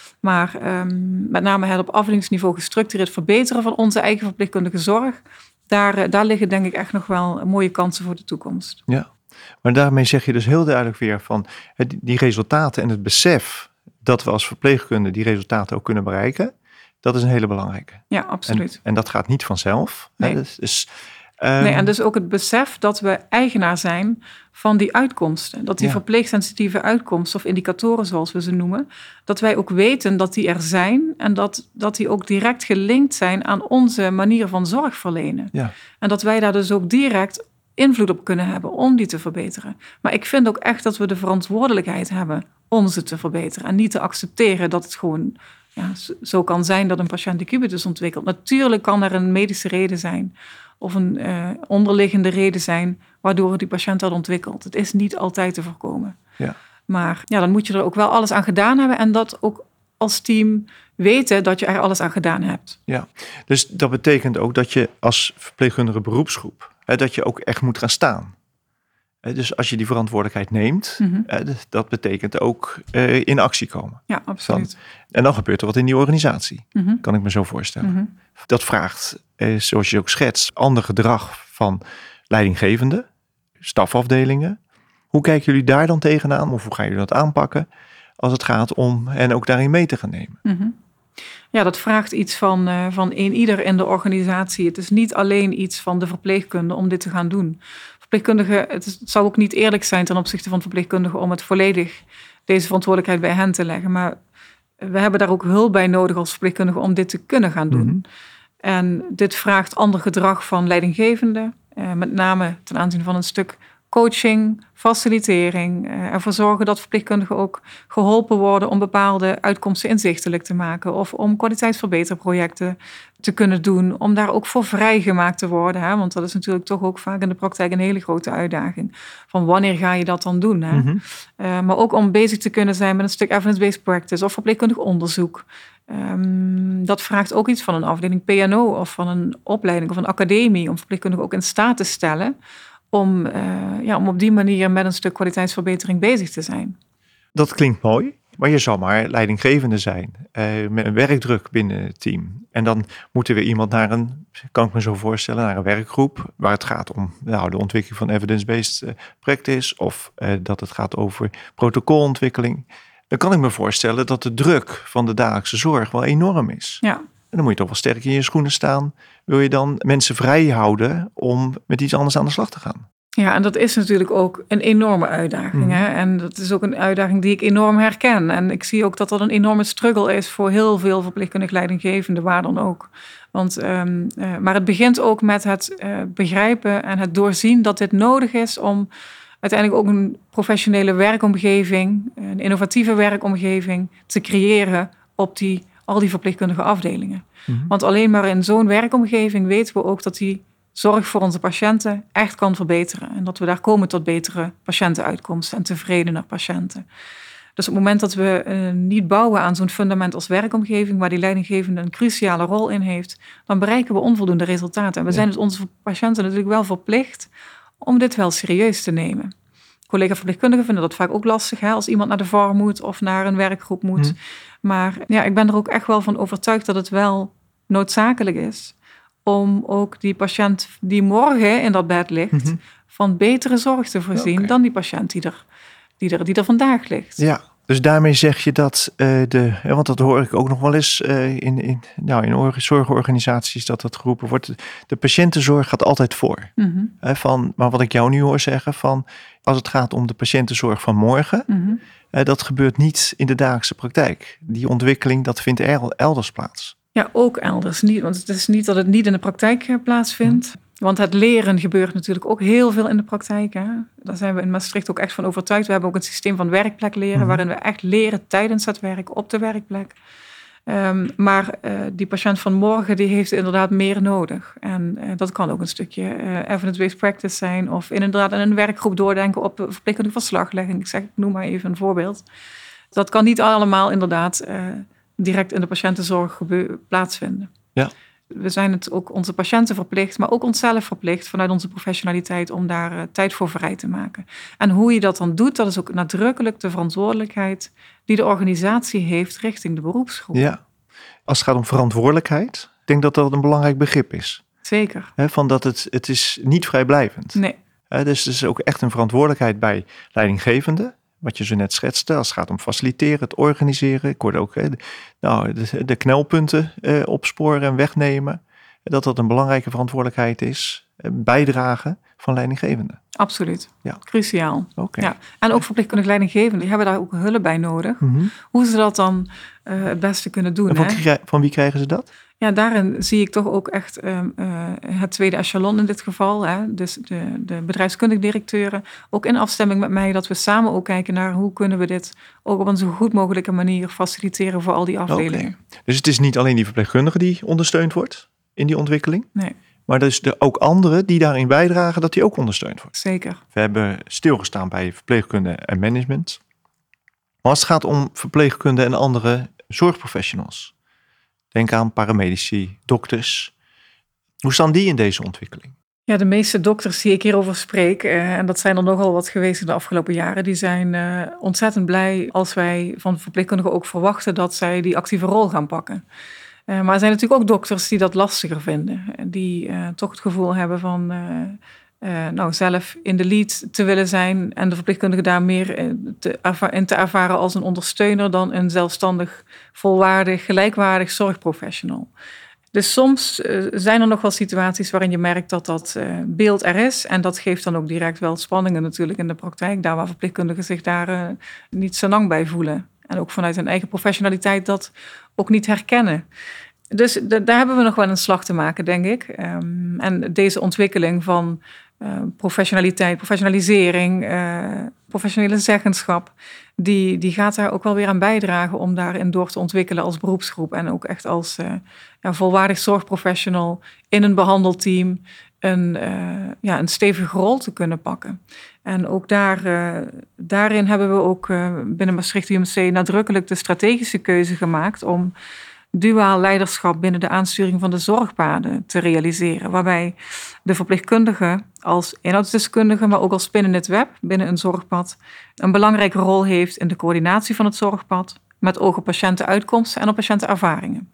Maar um, met name het op afdelingsniveau gestructureerd verbeteren van onze eigen verpleegkundige zorg, daar, daar liggen denk ik echt nog wel mooie kansen voor de toekomst. Ja, maar daarmee zeg je dus heel duidelijk weer van die resultaten en het besef dat we als verpleegkunde die resultaten ook kunnen bereiken, dat is een hele belangrijke. Ja, absoluut. En, en dat gaat niet vanzelf. Nee. Hè? Dus, dus, um... nee, en dus ook het besef dat we eigenaar zijn van die uitkomsten. Dat die ja. verpleegsensitieve uitkomsten of indicatoren zoals we ze noemen, dat wij ook weten dat die er zijn en dat, dat die ook direct gelinkt zijn aan onze manier van zorg verlenen. Ja. En dat wij daar dus ook direct invloed op kunnen hebben om die te verbeteren. Maar ik vind ook echt dat we de verantwoordelijkheid hebben om ze te verbeteren. En niet te accepteren dat het gewoon ja, zo kan zijn dat een patiënt de cubitus ontwikkelt. Natuurlijk kan er een medische reden zijn of een uh, onderliggende reden zijn waardoor die patiënt dat ontwikkelt. Het is niet altijd te voorkomen. Ja. Maar ja, dan moet je er ook wel alles aan gedaan hebben en dat ook als team weten dat je er alles aan gedaan hebt. Ja, dus dat betekent ook dat je als verpleegkundige beroepsgroep, hè, dat je ook echt moet gaan staan. Dus als je die verantwoordelijkheid neemt, mm-hmm. dat betekent ook uh, in actie komen. Ja, absoluut. Dan, en dan gebeurt er wat in die organisatie, mm-hmm. kan ik me zo voorstellen. Mm-hmm. Dat vraagt, uh, zoals je ook schetst, ander gedrag van leidinggevenden, stafafdelingen. Hoe kijken jullie daar dan tegenaan? Of hoe gaan jullie dat aanpakken als het gaat om hen ook daarin mee te gaan nemen? Mm-hmm. Ja, dat vraagt iets van, uh, van een ieder in de organisatie. Het is niet alleen iets van de verpleegkunde om dit te gaan doen. Verpleegkundigen, het, is, het zou ook niet eerlijk zijn ten opzichte van verpleegkundigen om het volledig deze verantwoordelijkheid bij hen te leggen. Maar we hebben daar ook hulp bij nodig als verpleegkundigen om dit te kunnen gaan doen. Mm-hmm. En dit vraagt ander gedrag van leidinggevenden, uh, met name ten aanzien van een stuk coaching, facilitering, uh, ervoor zorgen dat verpleegkundigen ook geholpen worden om bepaalde uitkomsten inzichtelijk te maken of om kwaliteitsverbeterprojecten te kunnen doen, om daar ook voor vrijgemaakt te worden. Hè? Want dat is natuurlijk toch ook vaak in de praktijk een hele grote uitdaging. Van wanneer ga je dat dan doen? Hè? Mm-hmm. Uh, maar ook om bezig te kunnen zijn met een stuk evidence-based practice of verpleegkundig onderzoek. Um, dat vraagt ook iets van een afdeling P N O of van een opleiding of een academie om verpleegkundigen ook in staat te stellen om, uh, ja, om op die manier met een stuk kwaliteitsverbetering bezig te zijn. Dat klinkt mooi, maar je zal maar leidinggevende zijn uh, met een werkdruk binnen het team. En dan moet er weer iemand naar een, kan ik me zo voorstellen, naar een werkgroep waar het gaat om nou, de ontwikkeling van evidence-based uh, practice of uh, dat het gaat over protocolontwikkeling. Dan kan ik me voorstellen dat de druk van de dagelijkse zorg wel enorm is. Ja. En dan moet je toch wel sterk in je schoenen staan. Wil je dan mensen vrij houden om met iets anders aan de slag te gaan? Ja, en dat is natuurlijk ook een enorme uitdaging. Mm. Hè? En dat is ook een uitdaging die ik enorm herken. En ik zie ook dat dat een enorme struggle is voor heel veel verpleegkundig leidinggevenden, waar dan ook. Want, um, uh, maar het begint ook met het uh, begrijpen en het doorzien dat dit nodig is om uiteindelijk ook een professionele werkomgeving, een innovatieve werkomgeving te creëren op die, al die verpleegkundige afdelingen. Mm-hmm. Want alleen maar in zo'n werkomgeving weten we ook dat die zorg voor onze patiënten echt kan verbeteren. En dat we daar komen tot betere patiëntenuitkomsten en tevredener patiënten. Dus op het moment dat we uh, niet bouwen aan zo'n fundament als werkomgeving, waar die leidinggevende een cruciale rol in heeft, dan bereiken we onvoldoende resultaten. En we ja. zijn dus onze patiënten natuurlijk wel verplicht om dit wel serieus te nemen. Collega-verpleegkundigen vinden dat vaak ook lastig, hè, als iemand naar de V A R moet of naar een werkgroep moet. Hmm. Maar ja, ik ben er ook echt wel van overtuigd dat het wel noodzakelijk is om ook die patiënt die morgen in dat bed ligt, mm-hmm. van betere zorg te voorzien okay. dan die patiënt die er, die, er, die er vandaag ligt. Ja, dus daarmee zeg je dat uh, de, want dat hoor ik ook nog wel eens uh, in, in, nou, in zorgorganisaties dat dat geroepen wordt. De patiëntenzorg gaat altijd voor. Mm-hmm. Uh, van, maar wat ik jou nu hoor zeggen, van als het gaat om de patiëntenzorg van morgen, mm-hmm. uh, dat gebeurt niet in de dagelijkse praktijk. Die ontwikkeling, dat vindt er elders plaats. Ja, ook elders. Niet, want het is niet dat het niet in de praktijk plaatsvindt. Mm. Want het leren gebeurt natuurlijk ook heel veel in de praktijk. Hè? Daar zijn we in Maastricht ook echt van overtuigd. We hebben ook een systeem van werkplekleren, mm. waarin we echt leren tijdens het werk, op de werkplek. Um, maar uh, die patiënt van morgen, die heeft inderdaad meer nodig. En uh, dat kan ook een stukje uh, evidence-based practice zijn, of inderdaad in een werkgroep doordenken op verpleegkundige verslaglegging. Ik zeg, ik noem maar even een voorbeeld. Dat kan niet allemaal inderdaad Uh, direct in de patiëntenzorg gebeur, plaatsvinden. Ja. We zijn het ook onze patiënten verplicht, maar ook onszelf verplicht vanuit onze professionaliteit om daar uh, tijd voor vrij te maken. En hoe je dat dan doet, dat is ook nadrukkelijk de verantwoordelijkheid die de organisatie heeft richting de beroepsgroep. Ja, als het gaat om verantwoordelijkheid, ik denk dat dat een belangrijk begrip is. Zeker. He, van dat het, het is niet vrijblijvend. Nee. He, dus het is ook echt een verantwoordelijkheid bij leidinggevenden. Wat je zo net schetste, als het gaat om faciliteren, het organiseren. Ik hoorde ook hè, de, nou, de, de knelpunten eh, opsporen en wegnemen. Dat dat een belangrijke verantwoordelijkheid is. Eh, bijdragen van leidinggevenden. Absoluut. Ja. Cruciaal. Okay. Ja. En ook verpleegkundig leidinggevenden, die hebben daar ook hulp bij nodig. Mm-hmm. Hoe ze dat dan uh, het beste kunnen doen. En van, hè? van wie krijgen ze dat? Ja, daarin zie ik toch ook echt uh, uh, het tweede echelon in dit geval. Hè? Dus de, de bedrijfskundig directeuren. Ook in afstemming met mij dat we samen ook kijken naar hoe kunnen we dit ook op een zo goed mogelijke manier faciliteren voor al die afdelingen. Okay. Dus het is niet alleen die verpleegkundige die ondersteund wordt in die ontwikkeling. Nee. Maar dus de, ook anderen die daarin bijdragen dat die ook ondersteund wordt. Zeker. We hebben stilgestaan bij verpleegkunde en management. Maar als het gaat om verpleegkunde en andere zorgprofessionals. Denk aan paramedici, dokters. Hoe staan die in deze ontwikkeling? Ja, de meeste dokters die ik hierover spreek, eh, en dat zijn er nogal wat geweest in de afgelopen jaren, die zijn uh, ontzettend blij als wij van verpleegkundigen ook verwachten dat zij die actieve rol gaan pakken. Uh, maar er zijn natuurlijk ook dokters die dat lastiger vinden. Die uh, toch het gevoel hebben van, uh, uh, nou, zelf in de lead te willen zijn en de verpleegkundige daar meer in te, erva- in te ervaren als een ondersteuner dan een zelfstandig, volwaardig, gelijkwaardig zorgprofessional. Dus soms uh, zijn er nog wel situaties waarin je merkt dat dat uh, beeld er is. En dat geeft dan ook direct wel spanningen natuurlijk in de praktijk. Daar waar verpleegkundigen zich daar uh, niet zo lang bij voelen. En ook vanuit hun eigen professionaliteit dat ook niet herkennen. Dus d- daar hebben we nog wel een slag te maken, denk ik. Um, en deze ontwikkeling van uh, professionaliteit, professionalisering, uh, professionele zeggenschap, die, die gaat daar ook wel weer aan bijdragen om daarin door te ontwikkelen als beroepsgroep. En ook echt als uh, ja, volwaardig zorgprofessional in een behandelteam een, uh, ja, een stevige rol te kunnen pakken. En ook daar, uh, daarin hebben we ook uh, binnen Maastricht U M C nadrukkelijk de strategische keuze gemaakt om duaal leiderschap binnen de aansturing van de zorgpaden te realiseren. Waarbij de verpleegkundige als inhoudsdeskundige, maar ook als spin in het web binnen een zorgpad een belangrijke rol heeft in de coördinatie van het zorgpad met oog op patiëntenuitkomsten en op patiëntenervaringen.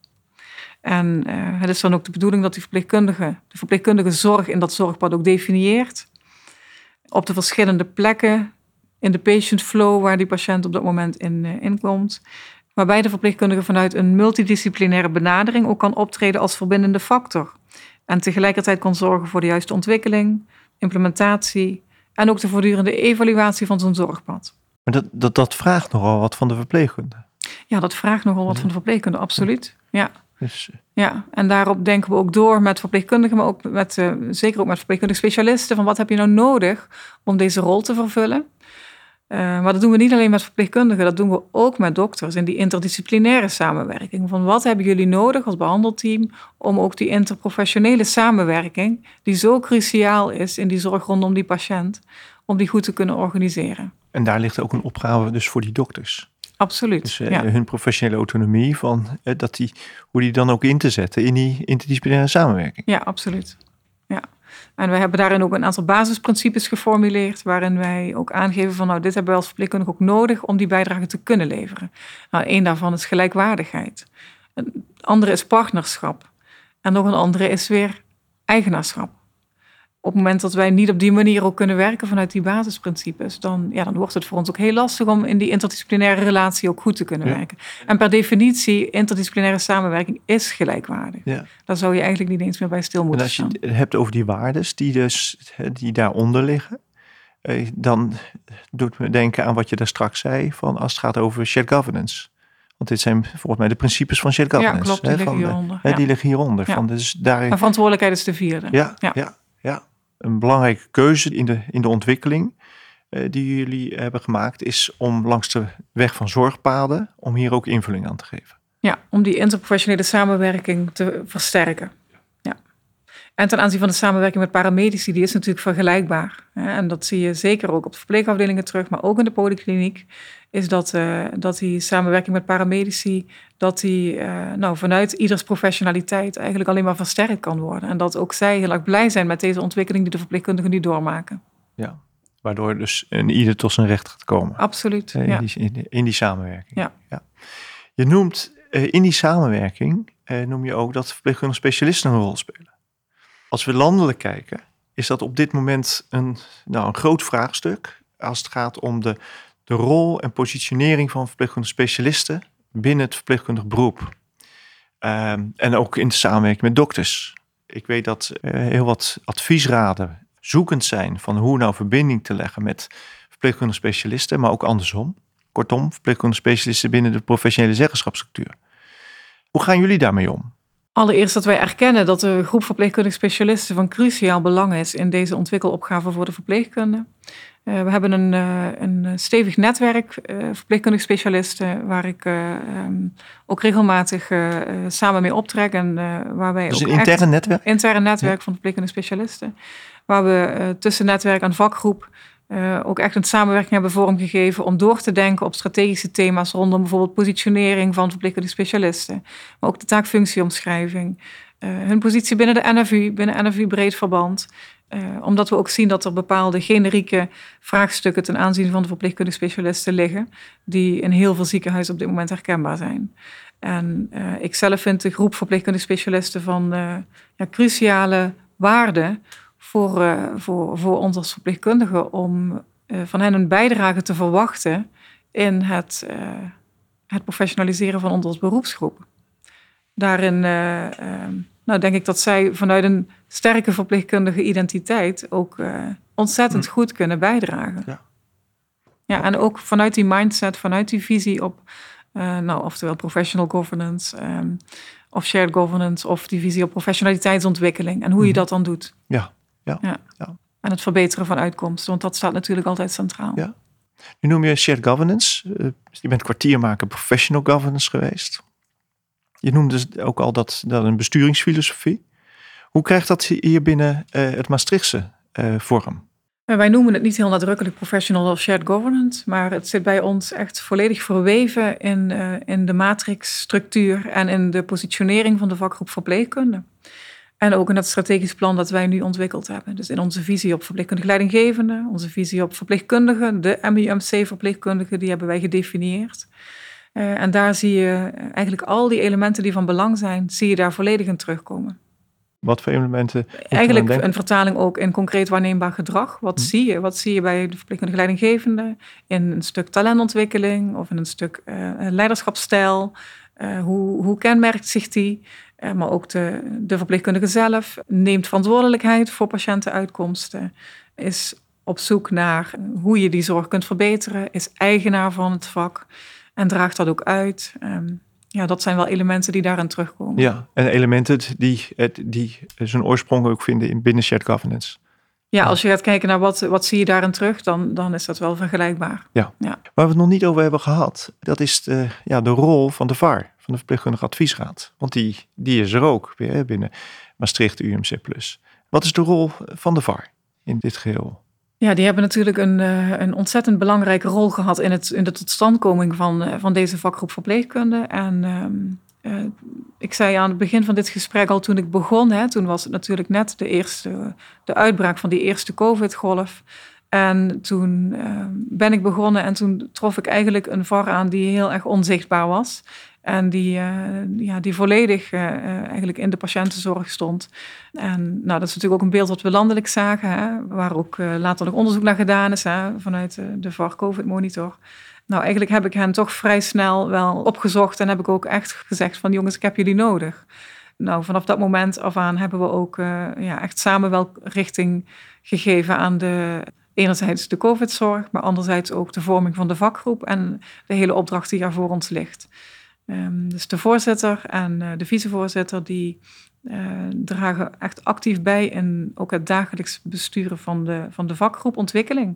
En uh, het is dan ook de bedoeling dat die verpleegkundige, de verpleegkundige zorg in dat zorgpad ook definieert op de verschillende plekken in de patient flow waar die patiënt op dat moment in uh, inkomt. Waarbij de verpleegkundige vanuit een multidisciplinaire benadering ook kan optreden als verbindende factor. En tegelijkertijd kan zorgen voor de juiste ontwikkeling, implementatie en ook de voortdurende evaluatie van zo'n zorgpad. Maar dat, dat, dat vraagt nogal wat van de verpleegkundige. Ja, dat vraagt nogal wat van de verpleegkundige, absoluut. Ja. Dus, ja, en daarop denken we ook door met verpleegkundigen, maar ook met, uh, zeker ook met verpleegkundige specialisten, van wat heb je nou nodig om deze rol te vervullen? Uh, maar dat doen we niet alleen met verpleegkundigen, dat doen we ook met dokters in die interdisciplinaire samenwerking. Van wat hebben jullie nodig als behandelteam om ook die interprofessionele samenwerking, die zo cruciaal is in die zorg rondom die patiënt, om die goed te kunnen organiseren. En daar ligt ook een opgave dus voor die dokters. Absoluut. Dus uh, ja. hun professionele autonomie, van, uh, dat die, hoe die dan ook in te zetten in die interdisciplinaire samenwerking. Ja, absoluut. Ja. En wij hebben daarin ook een aantal basisprincipes geformuleerd, waarin wij ook aangeven van, nou, dit hebben we als verpleegkundige ook nodig om die bijdrage te kunnen leveren. Nou, één daarvan is gelijkwaardigheid. Een andere is partnerschap. En nog een andere is weer eigenaarschap. Op het moment dat wij niet op die manier ook kunnen werken vanuit die basisprincipes, dan, ja, dan wordt het voor ons ook heel lastig om in die interdisciplinaire relatie ook goed te kunnen ja. werken. En per definitie, interdisciplinaire samenwerking is gelijkwaardig. Ja. Daar zou je eigenlijk niet eens meer bij stil moeten staan. En als je het hebt over die waardes die, dus, die daaronder liggen, dan doet me denken aan wat je daar straks zei, van als het gaat over shared governance. Want dit zijn volgens mij de principes van shared governance. Ja, klopt, die liggen hieronder. Hè, die liggen hieronder. Ja. Van, dus daarin, maar verantwoordelijkheid is de vierde. Ja, ja. ja. Ja, een belangrijke keuze in de, in de ontwikkeling uh, die jullie hebben gemaakt is om langs de weg van zorgpaden, om hier ook invulling aan te geven. Ja, om die interprofessionele samenwerking te versterken. Ja. En ten aanzien van de samenwerking met paramedici, die is natuurlijk vergelijkbaar. En dat zie je zeker ook op de verpleegafdelingen terug, maar ook in de polykliniek, is dat, uh, dat die samenwerking met paramedici, dat die uh, nou, vanuit ieders professionaliteit eigenlijk alleen maar versterkt kan worden. En dat ook zij heel erg blij zijn met deze ontwikkeling die de verpleegkundigen nu doormaken. Ja, waardoor dus een ieder tot zijn recht gaat komen. Absoluut, in, ja. die, in, in die samenwerking. Ja. Ja. Je noemt uh, in die samenwerking, uh, noem je ook dat verpleegkundige specialisten een rol spelen. Als we landelijk kijken, is dat op dit moment een, nou, een groot vraagstuk als het gaat om de, de rol en positionering van verpleegkundige specialisten binnen het verpleegkundig beroep. Um, en ook in de samenwerking met dokters. Ik weet dat uh, heel wat adviesraden zoekend zijn van hoe nou verbinding te leggen met verpleegkundige specialisten, maar ook andersom. Kortom, verpleegkundige specialisten binnen de professionele zeggenschapsstructuur. Hoe gaan jullie daarmee om? Allereerst dat wij erkennen dat de groep verpleegkundige specialisten van cruciaal belang is in deze ontwikkelopgave voor de verpleegkunde. Uh, we hebben een, uh, een stevig netwerk uh, verpleegkundige specialisten waar ik uh, um, ook regelmatig uh, samen mee optrek. En, uh, waar wij dus ook een interne netwerk? Intern netwerk ja. van verpleegkundige specialisten. Waar we uh, tussen netwerk en vakgroep uh, ook echt een samenwerking hebben vormgegeven om door te denken op strategische thema's rondom bijvoorbeeld positionering van verpleegkundige specialisten. Maar ook de taakfunctieomschrijving. Uh, hun positie binnen de N F U, binnen N F U breed verband. Uh, omdat we ook zien dat er bepaalde generieke vraagstukken ten aanzien van de verpleegkundige specialisten liggen, die in heel veel ziekenhuizen op dit moment herkenbaar zijn. En uh, ik zelf vind de groep verpleegkundige specialisten van uh, ja, cruciale waarde voor, uh, voor, voor ons als verpleegkundigen om uh, van hen een bijdrage te verwachten in het, uh, het professionaliseren van ons als beroepsgroep. Daarin uh, uh, nou denk ik dat zij vanuit een sterke verpleegkundige identiteit ook uh, ontzettend hmm. goed kunnen bijdragen. Ja. Ja, en ook vanuit die mindset, vanuit die visie op, uh, nou, oftewel professional governance, um, of shared governance, of die visie op professionaliteitsontwikkeling en hoe mm. je dat dan doet. Ja, ja, ja. ja. En het verbeteren van uitkomsten, want dat staat natuurlijk altijd centraal. Ja. Nu noem je shared governance. Uh, je bent kwartiermaker professional governance geweest. Je noemde ook al dat, dat een besturingsfilosofie. Hoe krijgt dat hier binnen uh, het Maastrichtse uh, vorm? Wij noemen het niet heel nadrukkelijk professional of shared governance, maar het zit bij ons echt volledig verweven in, uh, in de matrixstructuur en in de positionering van de vakgroep verpleegkunde. En ook in het strategisch plan dat wij nu ontwikkeld hebben. Dus in onze visie op verpleegkundige leidinggevenden, onze visie op verpleegkundigen, de M I M C-verpleegkundigen, die hebben wij gedefinieerd. Uh, en daar zie je eigenlijk al die elementen die van belang zijn, zie je daar volledig in terugkomen. Wat voor elementen? Eigenlijk een vertaling ook in concreet waarneembaar gedrag. Wat hm. zie je? Wat zie je bij de verpleegkundige leidinggevende? In een stuk talentontwikkeling of in een stuk uh, leiderschapsstijl. Uh, hoe, hoe kenmerkt zich die? Uh, maar ook de, de verpleegkundige zelf neemt verantwoordelijkheid voor patiëntenuitkomsten. Is op zoek naar hoe je die zorg kunt verbeteren. Is eigenaar van het vak en draagt dat ook uit. Um, Ja, dat zijn wel elementen die daarin terugkomen. Ja, en elementen die, die zijn oorsprong ook vinden in binnen shared governance. Ja, als je gaat kijken naar wat, wat zie je daarin terug, dan, dan is dat wel vergelijkbaar. Ja. ja. Waar we het nog niet over hebben gehad, dat is de, ja, de rol van de V A R, van de Verpleegkundige Adviesraad. Want die, die is er ook weer binnen Maastricht U M C plus. Wat is de rol van de V A R in dit geheel? Ja, die hebben natuurlijk een, een ontzettend belangrijke rol gehad in, het, in de totstandkoming van, van deze vakgroep verpleegkunde. En um, uh, ik zei aan het begin van dit gesprek al toen ik begon, hè, toen was het natuurlijk net de eerste, de uitbraak van die eerste COVID-golf. En toen uh, ben ik begonnen en toen trof ik eigenlijk een V A R aan die heel erg onzichtbaar was. En die, uh, ja, die volledig uh, eigenlijk in de patiëntenzorg stond. En nou, dat is natuurlijk ook een beeld wat we landelijk zagen. Hè, waar ook uh, later nog onderzoek naar gedaan is, hè, vanuit uh, de V A R COVID Monitor. Nou, eigenlijk heb ik hen toch vrij snel wel opgezocht. En heb ik ook echt gezegd van jongens, ik heb jullie nodig. Nou, vanaf dat moment af aan hebben we ook uh, ja, echt samen wel richting gegeven aan de... Enerzijds de COVID-zorg, maar anderzijds ook de vorming van de vakgroep en de hele opdracht die daar voor ons ligt. Um, dus de voorzitter en uh, de vicevoorzitter die uh, dragen echt actief bij in ook het dagelijks besturen van de, van de vakgroepontwikkeling.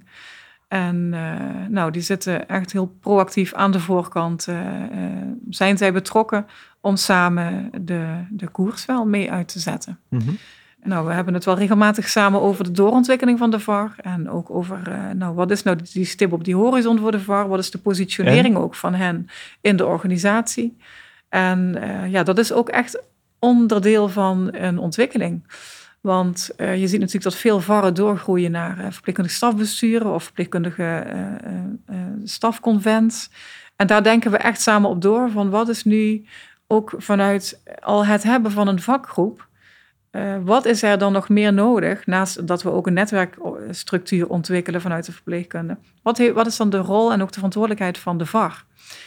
En uh, nou, die zitten echt heel proactief aan de voorkant. Uh, uh, zijn zij betrokken om samen de, de koers wel mee uit te zetten. Mm-hmm. Nou, we hebben het wel regelmatig samen over de doorontwikkeling van de V A R. En ook over, uh, nou, wat is nou die stip op die horizon voor de V A R? Wat is de positionering en? ook van hen in de organisatie? En uh, ja, dat is ook echt onderdeel van een ontwikkeling. Want uh, je ziet natuurlijk dat veel V A R'en doorgroeien naar uh, verpleegkundige stafbesturen of verpleegkundige uh, uh, uh, stafconvents. En daar denken we echt samen op door van wat is nu ook vanuit al het hebben van een vakgroep. Uh, wat is er dan nog meer nodig, naast dat we ook een netwerkstructuur ontwikkelen vanuit de verpleegkunde? Wat, he, wat is dan de rol en ook de verantwoordelijkheid van de V A R?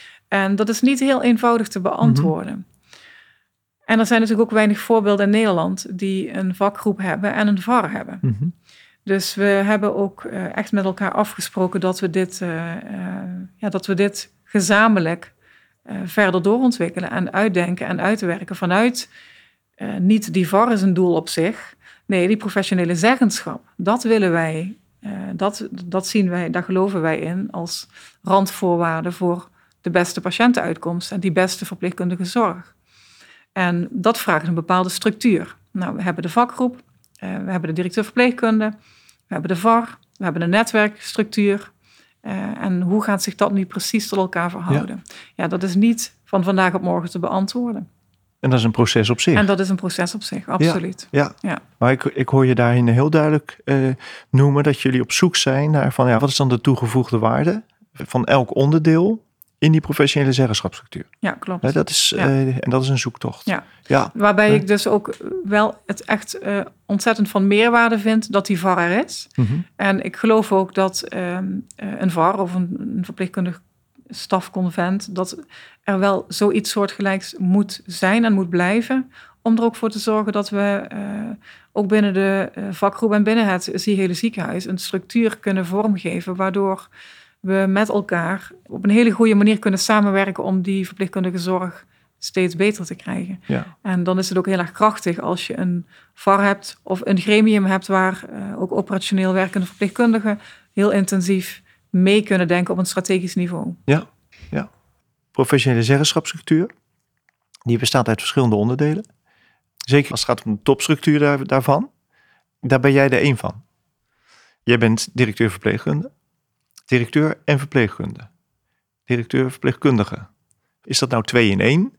En dat is niet heel eenvoudig te beantwoorden. Mm-hmm. En er zijn natuurlijk ook weinig voorbeelden in Nederland die een vakgroep hebben en een V A R hebben. Mm-hmm. Dus we hebben ook uh, echt met elkaar afgesproken dat we dit, uh, uh, ja, dat we dit gezamenlijk uh, verder doorontwikkelen en uitdenken en uitwerken vanuit... Uh, niet die V A R is een doel op zich. Nee, die professionele zeggenschap. Dat willen wij, uh, dat, dat zien wij, daar geloven wij in als randvoorwaarde voor de beste patiëntenuitkomst en die beste verpleegkundige zorg. En dat vraagt een bepaalde structuur. Nou, we hebben de vakgroep, uh, we hebben de directeur verpleegkunde, we hebben de V A R, we hebben een netwerkstructuur. Uh, en hoe gaat zich dat nu precies tot elkaar verhouden? Ja, ja dat is niet van vandaag op morgen te beantwoorden. En dat is een proces op zich. En dat is een proces op zich, absoluut. Ja, ja. ja. Maar ik, ik hoor je daarin heel duidelijk uh, noemen dat jullie op zoek zijn naar van ja, wat is dan de toegevoegde waarde van elk onderdeel in die professionele zeggenschapsstructuur. Ja, klopt. He, dat is, ja. uh, en dat is een zoektocht. Ja. Ja. Waarbij ja. ik dus ook wel het echt uh, ontzettend van meerwaarde vind dat die V A R er is. Mm-hmm. En ik geloof ook dat um, uh, een V A R of een, een verpleegkundig stafconvent, dat er wel zoiets soortgelijks moet zijn en moet blijven, om er ook voor te zorgen dat we uh, ook binnen de uh, vakgroep en binnen het Ziegelen ziekenhuis een structuur kunnen vormgeven, waardoor we met elkaar op een hele goede manier kunnen samenwerken om die verpleegkundige zorg steeds beter te krijgen. Ja. En dan is het ook heel erg krachtig als je een V A R hebt of een gremium hebt waar uh, ook operationeel werkende verpleegkundigen heel intensief mee kunnen denken op een strategisch niveau. Ja, ja. Professionele zeggenschapsstructuur, die bestaat uit verschillende onderdelen. Zeker als het gaat om de topstructuur daar, daarvan. Daar ben jij er één van. Jij bent directeur verpleegkunde, directeur en verpleegkunde. Directeur verpleegkundige. Is dat nou twee in één?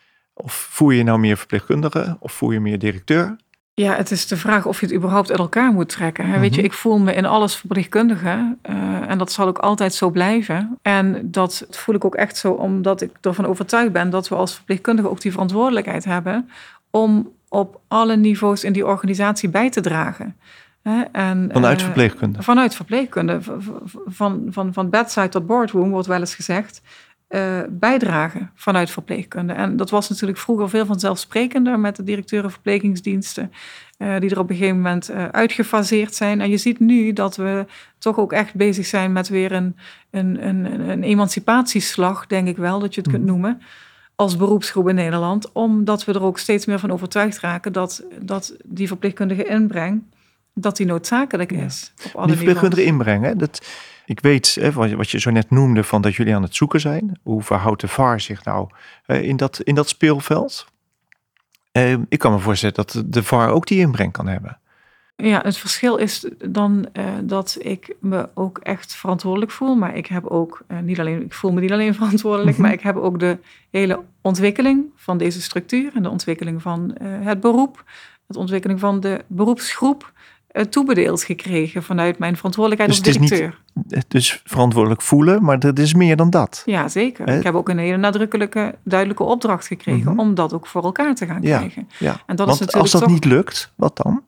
Of voer je nou meer verpleegkundige? Of voer je meer directeur? Ja, het is de vraag of je het überhaupt uit elkaar moet trekken. Mm-hmm. Weet je, ik voel me in alles verpleegkundige. Uh, en dat zal ook altijd zo blijven. En dat voel ik ook echt zo, omdat ik ervan overtuigd ben dat we als verpleegkundigen ook die verantwoordelijkheid hebben om op alle niveaus in die organisatie bij te dragen. He, en, vanuit uh, verpleegkunde? Vanuit verpleegkunde. Van, van, van bedside tot boardroom wordt wel eens gezegd. Uh, bijdragen vanuit verpleegkunde. En dat was natuurlijk vroeger veel vanzelfsprekender met de directeuren verplegingsdiensten, uh, die er op een gegeven moment uh, uitgefaseerd zijn. En je ziet nu dat we toch ook echt bezig zijn met weer een, een, een, een emancipatieslag, denk ik wel, dat je het kunt noemen, als beroepsgroep in Nederland, omdat we er ook steeds meer van overtuigd raken dat, dat die verpleegkundige inbreng, dat die noodzakelijk is. Ja. Op alle die verpleegkundige niveaus. inbreng, hè, dat... Ik weet, hè, wat je zo net noemde, van dat jullie aan het zoeken zijn. Hoe verhoudt de V A R zich nou uh, in, dat, in dat speelveld? Uh, ik kan me voorstellen dat de V A R ook die inbreng kan hebben. Ja, het verschil is dan uh, dat ik me ook echt verantwoordelijk voel. Maar ik heb ook uh, niet alleen, ik voel me niet alleen verantwoordelijk, mm-hmm. maar ik heb ook de hele ontwikkeling van deze structuur en de ontwikkeling van uh, het beroep, de ontwikkeling van de beroepsgroep toebedeeld gekregen vanuit mijn verantwoordelijkheid dus als directeur. Het is niet, dus verantwoordelijk voelen, maar dat is meer dan dat. Ja, zeker. Eh? Ik heb ook een hele nadrukkelijke, duidelijke opdracht gekregen mm-hmm. om dat ook voor elkaar te gaan ja, krijgen. Ja. En dat Want is natuurlijk als dat toch, niet lukt, wat dan?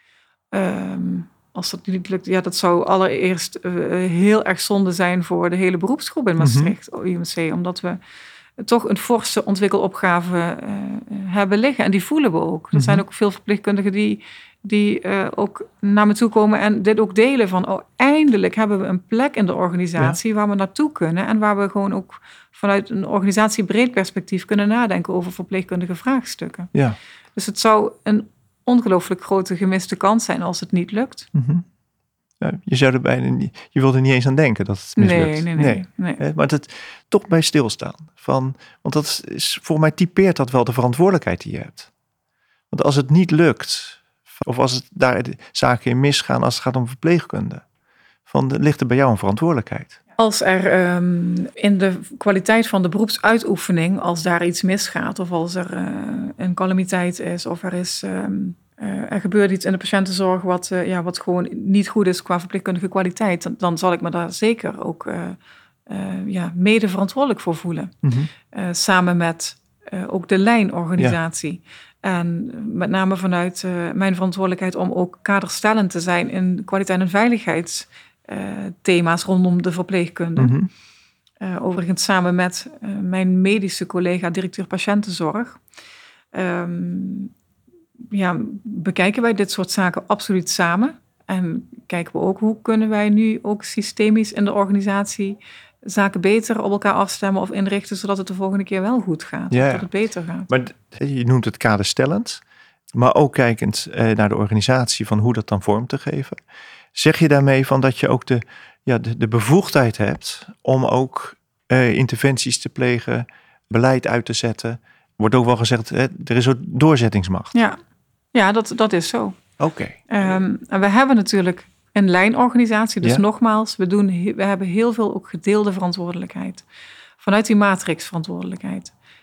Um, als dat niet lukt, ja, dat zou allereerst uh, heel erg zonde zijn voor de hele beroepsgroep in Maastricht, mm-hmm. I M C, omdat we toch een forse ontwikkelopgave uh, hebben liggen. En die voelen we ook. Mm-hmm. Er zijn ook veel verpleegkundigen die die uh, ook naar me toe komen en dit ook delen van, oh, eindelijk hebben we een plek in de organisatie ja. waar we naartoe kunnen en waar we gewoon ook vanuit een organisatiebreed perspectief kunnen nadenken over verpleegkundige vraagstukken. Ja. Dus het zou een ongelooflijk grote gemiste kans zijn als het niet lukt. Mm-hmm. Ja, je zou er bijna niet, je wilde er niet eens aan denken dat het mislukt. Nee, nee, nee. nee. nee. Maar het toch bij stilstaan. Van, want dat is, voor mij typeert dat wel de verantwoordelijkheid die je hebt. Want als het niet lukt, of als het daar de zaken in misgaan als het gaat om verpleegkunde, van de, ligt er bij jou een verantwoordelijkheid? Als er um, in de kwaliteit van de beroepsuitoefening, als daar iets misgaat, of als er uh, een calamiteit is, of er is um, uh, er gebeurt iets in de patiëntenzorg wat, uh, ja, wat gewoon niet goed is qua verpleegkundige kwaliteit, dan, dan zal ik me daar zeker ook uh, uh, ja, mede verantwoordelijk voor voelen. Mm-hmm. Uh, samen met uh, ook de lijnorganisatie. Ja. En met name vanuit uh, mijn verantwoordelijkheid om ook kaderstellend te zijn in kwaliteit en veiligheidsthema's uh, rondom de verpleegkunde. Mm-hmm. Uh, overigens samen met uh, mijn medische collega directeur patiëntenzorg. Um, ja, bekijken wij dit soort zaken absoluut samen. En kijken we ook hoe kunnen wij nu ook systemisch in de organisatie zaken beter op elkaar afstemmen of inrichten, zodat het de volgende keer wel goed gaat. Ja, dat het beter gaat. Maar je noemt het kaderstellend, maar ook kijkend eh, naar de organisatie van hoe dat dan vorm te geven. Zeg je daarmee van dat je ook de, ja, de, de bevoegdheid hebt om ook eh, interventies te plegen, beleid uit te zetten? Wordt ook wel gezegd, eh, er is ook doorzettingsmacht. Ja, ja dat, dat is zo. Oké. Okay. Um, en we hebben natuurlijk een lijnorganisatie. Dus ja. nogmaals, we, doen, we hebben heel veel ook gedeelde verantwoordelijkheid. Vanuit die matrix verantwoordelijkheid.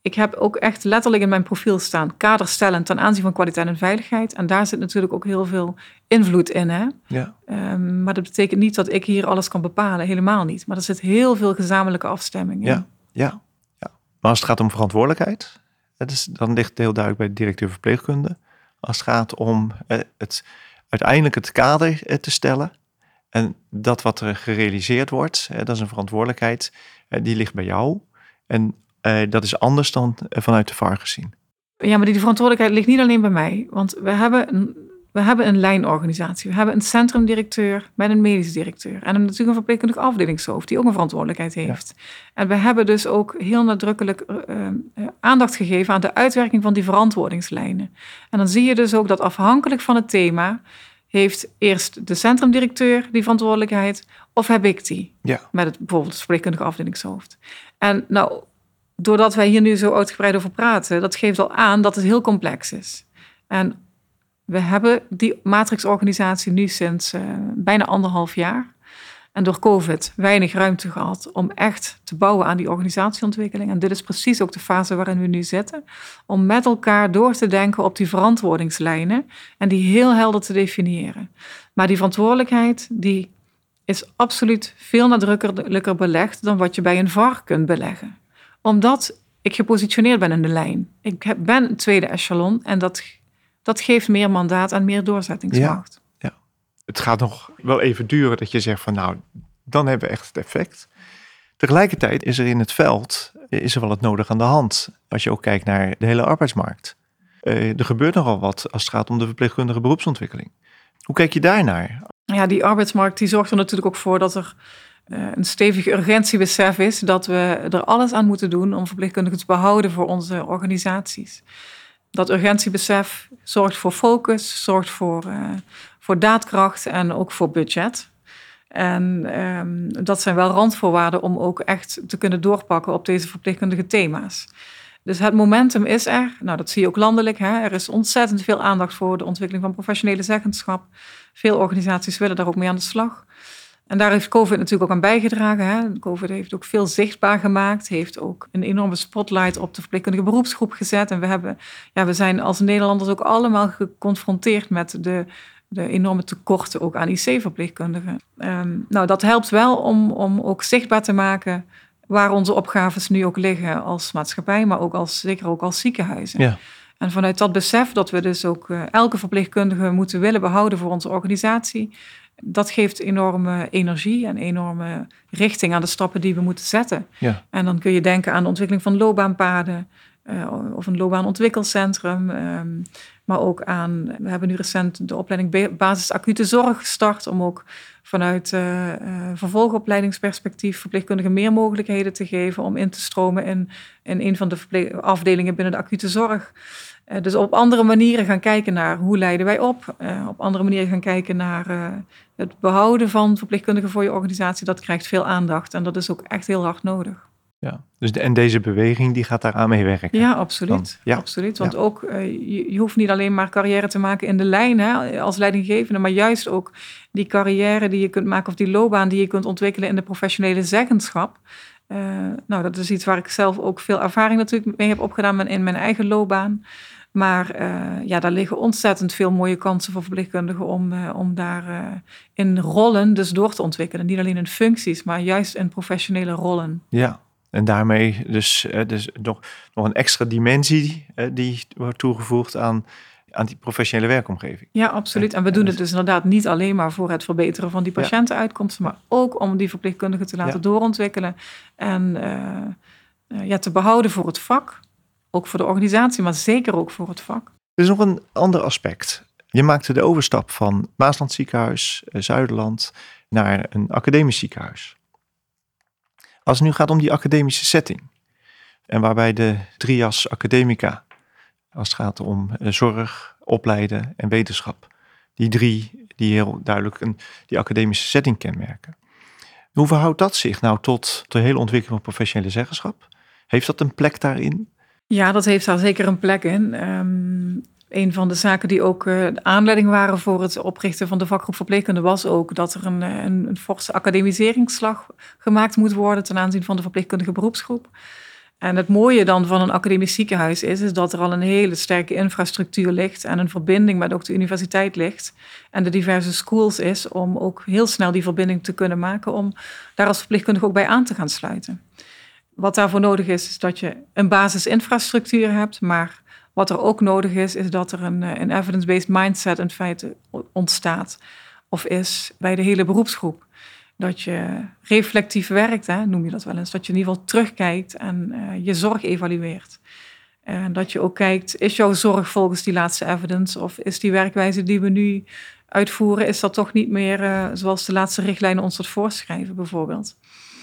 ik heb ook echt letterlijk in mijn profiel staan kaders stellen ten aanzien van kwaliteit en veiligheid. En daar zit natuurlijk ook heel veel invloed in. Hè? Ja. Um, maar dat betekent niet dat ik hier alles kan bepalen. Helemaal niet. Maar er zit heel veel gezamenlijke afstemming in. Ja, ja, ja. Maar als het gaat om verantwoordelijkheid, het is, dan ligt het heel duidelijk bij de directeur verpleegkunde. Als het gaat om uh, het, uiteindelijk het kader uh, te stellen. En dat wat er gerealiseerd wordt, uh, dat is een verantwoordelijkheid, uh, die ligt bij jou. En uh, dat is anders dan uh, vanuit de V A R gezien. Ja, maar die verantwoordelijkheid ligt niet alleen bij mij. Want we hebben een, we hebben een lijnorganisatie. We hebben een centrumdirecteur met een medisch directeur. En een, natuurlijk een verpleegkundig afdelingshoofd die ook een verantwoordelijkheid heeft. Ja. En we hebben dus ook heel nadrukkelijk uh, uh, aandacht gegeven aan de uitwerking van die verantwoordingslijnen. En dan zie je dus ook dat afhankelijk van het thema heeft eerst de centrumdirecteur die verantwoordelijkheid of heb ik die? Ja. Met het, bijvoorbeeld het verpleegkundig afdelingshoofd. En nou, doordat wij hier nu zo uitgebreid over praten, dat geeft al aan dat het heel complex is. En we hebben die matrixorganisatie nu sinds uh, bijna anderhalf jaar. En door COVID weinig ruimte gehad om echt te bouwen aan die organisatieontwikkeling. En dit is precies ook de fase waarin we nu zitten. Om met elkaar door te denken op die verantwoordingslijnen en die heel helder te definiëren. Maar die verantwoordelijkheid die is absoluut veel nadrukkelijker belegd dan wat je bij een V A R kunt beleggen. Omdat ik gepositioneerd ben in de lijn. Ik ben een tweede echelon en dat, dat geeft meer mandaat en meer doorzettingsmacht. Ja. Het gaat nog wel even duren dat je zegt van nou, dan hebben we echt het effect. Tegelijkertijd is er in het veld, is er wel het nodig aan de hand. Als je ook kijkt naar de hele arbeidsmarkt. Uh, er gebeurt nogal wat als het gaat om de verpleegkundige beroepsontwikkeling. Hoe kijk je daarnaar? Ja, die arbeidsmarkt die zorgt er natuurlijk ook voor dat er uh, een stevig urgentiebesef is. Dat we er alles aan moeten doen om verpleegkundigen te behouden voor onze organisaties. Dat urgentiebesef zorgt voor focus, zorgt voor, uh, voor daadkracht en ook voor budget. En um, dat zijn wel randvoorwaarden om ook echt te kunnen doorpakken op deze verpleegkundige thema's. Dus het momentum is er. Nou, dat zie je ook landelijk. Hè. Er is ontzettend veel aandacht voor de ontwikkeling van professionele zeggenschap. Veel organisaties willen daar ook mee aan de slag. En daar heeft COVID natuurlijk ook aan bijgedragen. Hè. COVID heeft ook veel zichtbaar gemaakt. Heeft ook een enorme spotlight op de verpleegkundige beroepsgroep gezet. En we, hebben, ja, we zijn als Nederlanders ook allemaal geconfronteerd met de, de enorme tekorten ook aan I C-verpleegkundigen. Um, nou, dat helpt wel om, om ook zichtbaar te maken waar onze opgaves nu ook liggen als maatschappij, maar ook als, zeker ook als ziekenhuizen. Ja. En vanuit dat besef dat we dus ook uh, elke verpleegkundige moeten willen behouden voor onze organisatie, dat geeft enorme energie en enorme richting aan de stappen die we moeten zetten. Ja. En dan kun je denken aan de ontwikkeling van loopbaanpaden uh, of een loopbaanontwikkelcentrum. Um, maar ook aan, we hebben nu recent de opleiding basis acute zorg gestart om ook vanuit uh, uh, vervolgopleidingsperspectief verpleegkundigen meer mogelijkheden te geven om in te stromen in, in een van de verpleeg- afdelingen binnen de acute zorg. Uh, dus op andere manieren gaan kijken naar hoe leiden wij op. Uh, op andere manieren gaan kijken naar uh, het behouden van verpleegkundigen voor je organisatie. Dat krijgt veel aandacht en dat is ook echt heel hard nodig. Ja, dus de, en deze beweging die gaat daaraan meewerken. Ja, absoluut. Dan, ja. absoluut. Want ja. ook, uh, je, je hoeft niet alleen maar carrière te maken in de lijn hè, als leidinggevende, maar juist ook die carrière die je kunt maken of die loopbaan die je kunt ontwikkelen in de professionele zeggenschap. Uh, nou, dat is iets waar ik zelf ook veel ervaring natuurlijk mee heb opgedaan in mijn eigen loopbaan. Maar uh, ja, daar liggen ontzettend veel mooie kansen voor verpleegkundigen om, uh, om daar uh, in rollen dus door te ontwikkelen. Niet alleen in functies, maar juist in professionele rollen. Ja. En daarmee dus, dus nog, nog een extra dimensie die wordt toegevoegd aan, aan die professionele werkomgeving. Ja, absoluut. En we doen het dus inderdaad niet alleen maar voor het verbeteren van die patiëntenuitkomsten, maar ook om die verpleegkundigen te laten ja. doorontwikkelen en uh, uh, ja, te behouden voor het vak. Ook voor de organisatie, maar zeker ook voor het vak. Er is nog een ander aspect. Je maakte de overstap van Maasland Ziekenhuis, Zuiderland, naar een academisch ziekenhuis. Als het nu gaat om die academische setting, en waarbij de trias academica, als het gaat om zorg, opleiden en wetenschap, die drie die heel duidelijk een, die academische setting kenmerken. Hoe verhoudt dat zich nou tot de hele ontwikkeling van professionele zeggenschap? Heeft dat een plek daarin? Ja, dat heeft daar zeker een plek in. Um... Een van de zaken die ook uh, de aanleiding waren voor het oprichten van de vakgroep verpleegkunde was ook dat er een, een, een forse academiseringsslag gemaakt moet worden ten aanzien van de verpleegkundige beroepsgroep. En het mooie dan van een academisch ziekenhuis is, is dat er al een hele sterke infrastructuur ligt en een verbinding met ook de universiteit ligt en de diverse schools is om ook heel snel die verbinding te kunnen maken om daar als verpleegkundige ook bij aan te gaan sluiten. Wat daarvoor nodig is, is dat je een basisinfrastructuur hebt, maar wat er ook nodig is, is dat er een, een evidence-based mindset in feite ontstaat of is bij de hele beroepsgroep. Dat je reflectief werkt, hè, noem je dat wel eens. Dat je in ieder geval terugkijkt en uh, je zorg evalueert. En dat je ook kijkt, is jouw zorg volgens die laatste evidence? Of is die werkwijze die we nu uitvoeren, is dat toch niet meer uh, zoals de laatste richtlijnen ons dat voorschrijven bijvoorbeeld?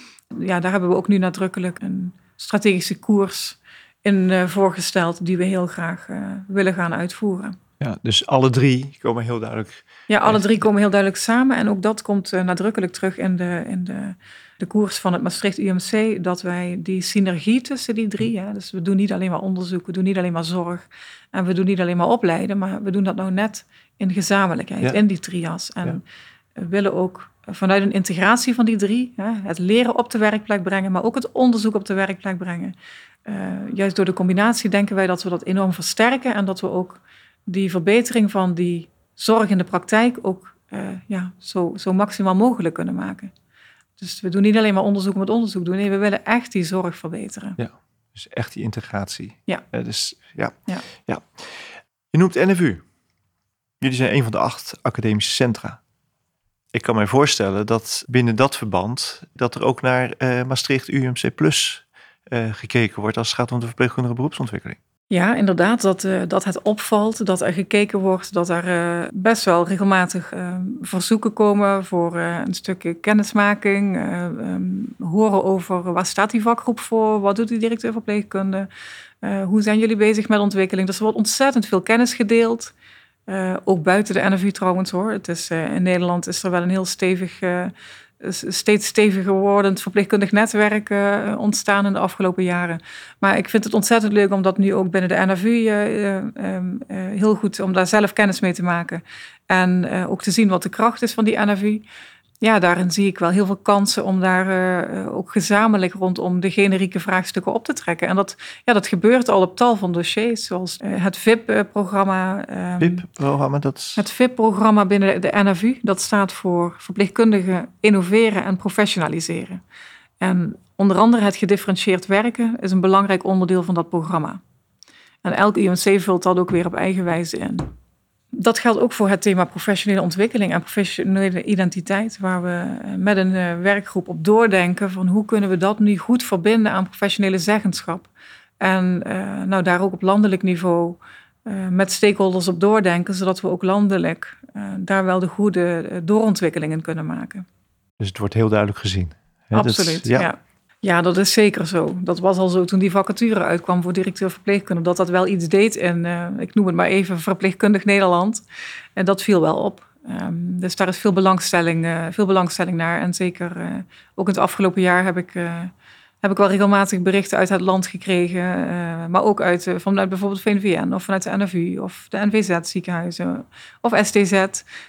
Ja, daar hebben we ook nu nadrukkelijk een strategische koers in uh, voorgesteld die we heel graag uh, willen gaan uitvoeren. Ja, dus alle drie komen heel duidelijk... Ja, alle drie komen heel duidelijk samen. En ook dat komt uh, nadrukkelijk terug in de, in de, de koers van het Maastricht U M C. Dat wij die synergie tussen die drie... Hè, dus we doen niet alleen maar onderzoek, we doen niet alleen maar zorg. En we doen niet alleen maar opleiden. Maar we doen dat nou net in gezamenlijkheid, ja. in die trias. En ja. we willen ook vanuit een integratie van die drie... Hè, het leren op de werkplek brengen, maar ook het onderzoek op de werkplek brengen. Uh, juist door de combinatie denken wij dat we dat enorm versterken. En dat we ook die verbetering van die... zorg in de praktijk ook uh, ja, zo, zo maximaal mogelijk kunnen maken. Dus we doen niet alleen maar onderzoek om het onderzoek doen. Nee, we willen echt die zorg verbeteren. Ja, dus echt die integratie. Ja. Uh, dus, ja. Ja. ja. Je noemt N F U. Jullie zijn een van de acht academische centra. Ik kan mij voorstellen dat binnen dat verband... dat er ook naar uh, Maastricht U M C Plus uh, gekeken wordt... als het gaat om de verpleegkundige beroepsontwikkeling. Ja, inderdaad, dat, uh, dat het opvalt, dat er gekeken wordt, dat er uh, best wel regelmatig uh, verzoeken komen voor uh, een stukje kennismaking. Uh, um, horen over waar staat die vakgroep voor, wat doet die directeur verpleegkunde, uh, hoe zijn jullie bezig met ontwikkeling. Dus er wordt ontzettend veel kennis gedeeld, uh, ook buiten de N F U trouwens hoor. Het is, uh, in Nederland is er wel een heel stevig... Uh, steeds steviger wordend verpleegkundig netwerk uh, ontstaan in de afgelopen jaren. Maar ik vind het ontzettend leuk om dat nu ook binnen de N F U uh, uh, uh, heel goed, om daar zelf kennis mee te maken. En uh, ook te zien wat de kracht is van die N F U. Ja, daarin zie ik wel heel veel kansen om daar uh, ook gezamenlijk rondom de generieke vraagstukken op te trekken. En dat, ja, dat gebeurt al op tal van dossiers, zoals uh, het V I P-programma. Um, V I P-programma, dat is... Het V I P-programma binnen de N F U, dat staat voor verpleegkundigen innoveren en professionaliseren. En onder andere het gedifferentieerd werken is een belangrijk onderdeel van dat programma. En elk U M C vult dat ook weer op eigen wijze in. Dat geldt ook voor het thema professionele ontwikkeling en professionele identiteit, waar we met een werkgroep op doordenken van hoe kunnen we dat nu goed verbinden aan professionele zeggenschap. En uh, nou, daar ook op landelijk niveau uh, met stakeholders op doordenken, zodat we ook landelijk uh, daar wel de goede uh, doorontwikkelingen kunnen maken. Dus het wordt heel duidelijk gezien. Hè? Absoluut, dat is, ja. ja. Ja, dat is zeker zo. Dat was al zo toen die vacature uitkwam voor directeur verpleegkunde, dat dat wel iets deed in, uh, ik noem het maar even, verpleegkundig Nederland. En dat viel wel op. Um, dus daar is veel belangstelling, uh, veel belangstelling naar. En zeker uh, ook in het afgelopen jaar heb ik, uh, heb ik wel regelmatig berichten uit het land gekregen. Uh, maar ook uit, uh, vanuit bijvoorbeeld V N V N of vanuit de N F U of de N V Z-ziekenhuizen of S T Z.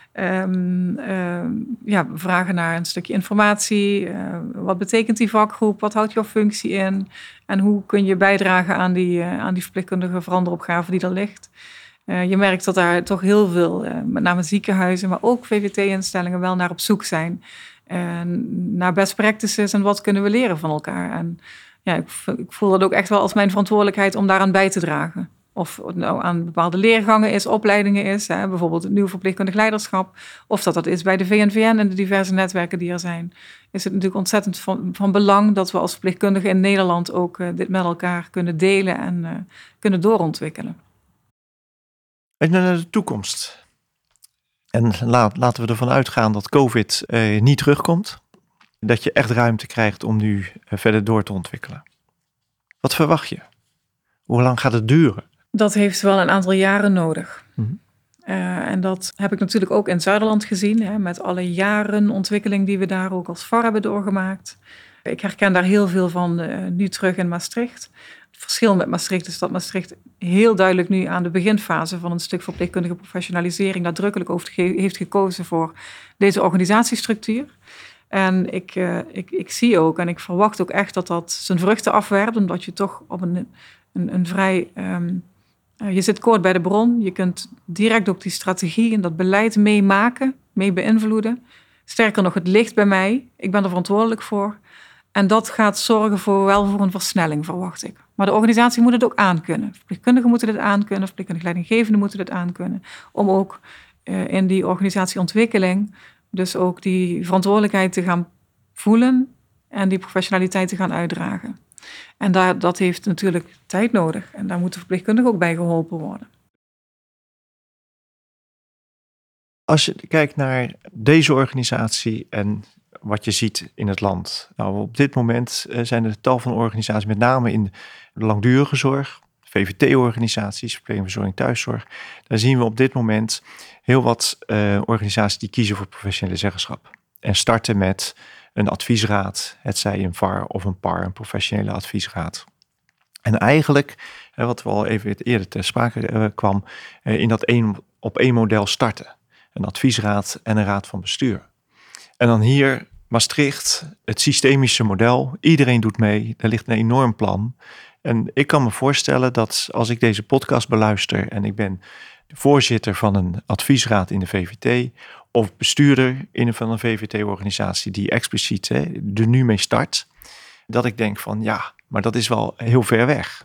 Um, uh, ja, vragen naar een stukje informatie. Uh, wat betekent die vakgroep? Wat houdt jouw functie in? En hoe kun je bijdragen aan die, uh, aan die verpleegkundige veranderopgave die er ligt? Uh, je merkt dat daar toch heel veel, uh, met name ziekenhuizen, maar ook V V T-instellingen wel naar op zoek zijn. Uh, naar best practices en wat kunnen we leren van elkaar. En ja, ik, ik voel dat ook echt wel als mijn verantwoordelijkheid om daaraan bij te dragen. Of het nou aan bepaalde leergangen is, opleidingen is, hè, bijvoorbeeld het nieuw verpleegkundig leiderschap. Of dat dat is bij de V N V N en de diverse netwerken die er zijn. Is het natuurlijk ontzettend van, van belang dat we als verpleegkundigen in Nederland ook uh, dit met elkaar kunnen delen en uh, kunnen doorontwikkelen. En naar de toekomst. En laat, laten we ervan uitgaan dat COVID uh, niet terugkomt. Dat je echt ruimte krijgt om nu uh, verder door te ontwikkelen. Wat verwacht je? Hoe lang gaat het duren? Dat heeft wel een aantal jaren nodig. Mm-hmm. Uh, en dat heb ik natuurlijk ook in Zuiderland gezien. Hè, met alle jaren ontwikkeling die we daar ook als V A R hebben doorgemaakt. Ik herken daar heel veel van uh, nu terug in Maastricht. Het verschil met Maastricht is dat Maastricht heel duidelijk nu aan de beginfase van een stuk verpleegkundige professionalisering nadrukkelijk over heeft gekozen voor deze organisatiestructuur. En ik, uh, ik, ik zie ook en ik verwacht ook echt dat dat zijn vruchten afwerpt, omdat je toch op een, een, een vrij... Um, uh, je zit kort bij de bron, je kunt direct ook die strategie en dat beleid meemaken, mee beïnvloeden. Sterker nog, het ligt bij mij, ik ben er verantwoordelijk voor. En dat gaat zorgen voor wel voor een versnelling, verwacht ik. Maar de organisatie moet het ook aankunnen. Verpleegkundigen moeten dit aankunnen, verpleegkundige leidinggevenden moeten dit aankunnen. Om ook uh, in die organisatieontwikkeling dus ook die verantwoordelijkheid te gaan voelen en die professionaliteit te gaan uitdragen. En daar, dat heeft natuurlijk tijd nodig. En daar moeten verpleegkundigen ook bij geholpen worden. Als je kijkt naar deze organisatie en wat je ziet in het land. Nou, op dit moment zijn er tal van organisaties, met name in de langdurige zorg, V V T-organisaties, verpleegverzorging, thuiszorg. Daar zien we op dit moment heel wat uh, organisaties die kiezen voor professionele zeggenschap. En starten met een adviesraad, hetzij een V A R of een P A R, een professionele adviesraad. En eigenlijk, wat we al even eerder ter sprake uh, kwam, uh, in dat één op één model starten. Een adviesraad en een raad van bestuur. En dan hier Maastricht, het systemische model. Iedereen doet mee. Er ligt een enorm plan. En ik kan me voorstellen dat als ik deze podcast beluister en ik ben voorzitter van een adviesraad in de V V T of bestuurder in een, van een V V T-organisatie die expliciet hè, er nu mee start, dat ik denk van ja, maar dat is wel heel ver weg.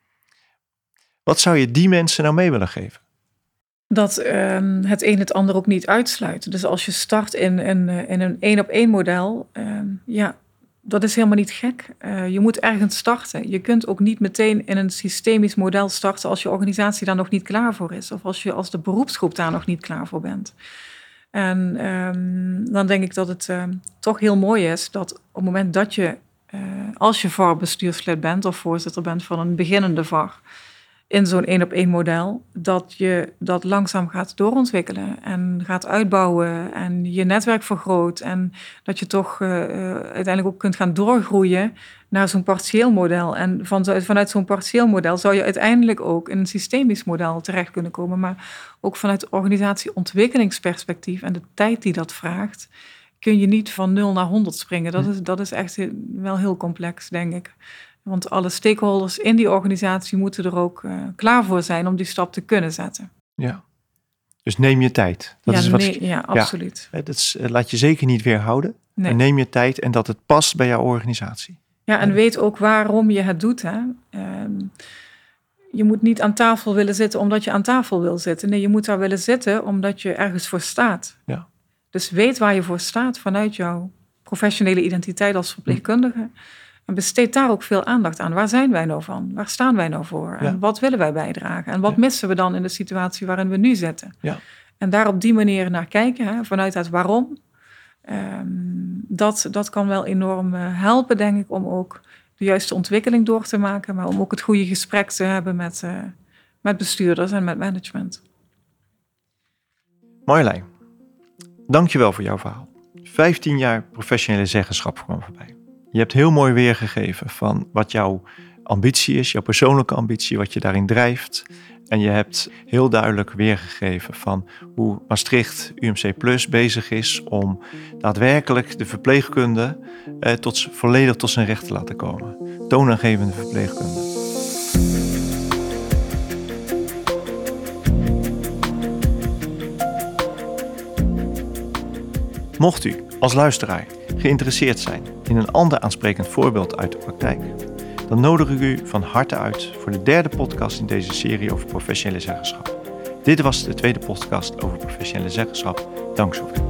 Wat zou je die mensen nou mee willen geven? Dat um, het een het ander ook niet uitsluit. Dus als je start in, in, in een één-op-één model, um, ja, dat is helemaal niet gek. Uh, je moet ergens starten. Je kunt ook niet meteen in een systemisch model starten als je organisatie daar nog niet klaar voor is. Of als je als de beroepsgroep daar nog niet klaar voor bent. En um, dan denk ik dat het uh, toch heel mooi is dat op het moment dat je, uh, als je V A R-bestuurslid bent of voorzitter bent van een beginnende V A R, in zo'n één-op-één model, dat je dat langzaam gaat doorontwikkelen en gaat uitbouwen en je netwerk vergroot en dat je toch uh, uiteindelijk ook kunt gaan doorgroeien naar zo'n partieel model. En van, vanuit zo'n partieel model zou je uiteindelijk ook in een systemisch model terecht kunnen komen, maar ook vanuit organisatieontwikkelingsperspectief en de tijd die dat vraagt, kun je niet van nul naar honderd springen. Dat is, dat is echt wel heel complex, denk ik. Want alle stakeholders in die organisatie moeten er ook uh, klaar voor zijn om die stap te kunnen zetten. Ja, dus neem je tijd. Dat ja, is wat nee, ik, ja, absoluut. Ja, dat is, laat je zeker niet weerhouden. Nee. Neem je tijd en dat het past bij jouw organisatie. Ja, en weet ook waarom je het doet. Hè. Um, je moet niet aan tafel willen zitten omdat je aan tafel wil zitten. Nee, je moet daar willen zitten omdat je ergens voor staat. Ja. Dus weet waar je voor staat vanuit jouw professionele identiteit als verpleegkundige. Hm. En besteed daar ook veel aandacht aan. Waar zijn wij nou van? Waar staan wij nou voor? En ja. wat willen wij bijdragen? En wat ja. missen we dan in de situatie waarin we nu zitten? Ja. En daar op die manier naar kijken, hè, vanuit het waarom. Um, dat, dat kan wel enorm uh, helpen, denk ik, om ook de juiste ontwikkeling door te maken. Maar om ook het goede gesprek te hebben met, uh, met bestuurders en met management. Marjolein, dankjewel voor jouw verhaal. vijftien jaar professionele zeggenschap kwam voorbij. Je hebt heel mooi weergegeven van wat jouw ambitie is, jouw persoonlijke ambitie, wat je daarin drijft. En je hebt heel duidelijk weergegeven van hoe Maastricht U M C Plus bezig is om daadwerkelijk de verpleegkunde eh, tot, volledig tot zijn recht te laten komen. Toonaangevende verpleegkunde. Mocht u als luisteraar geïnteresseerd zijn in een ander aansprekend voorbeeld uit de praktijk, dan nodig ik u van harte uit voor de derde podcast in deze serie over professionele zeggenschap. Dit was de tweede podcast over professionele zeggenschap. Dank zoveel.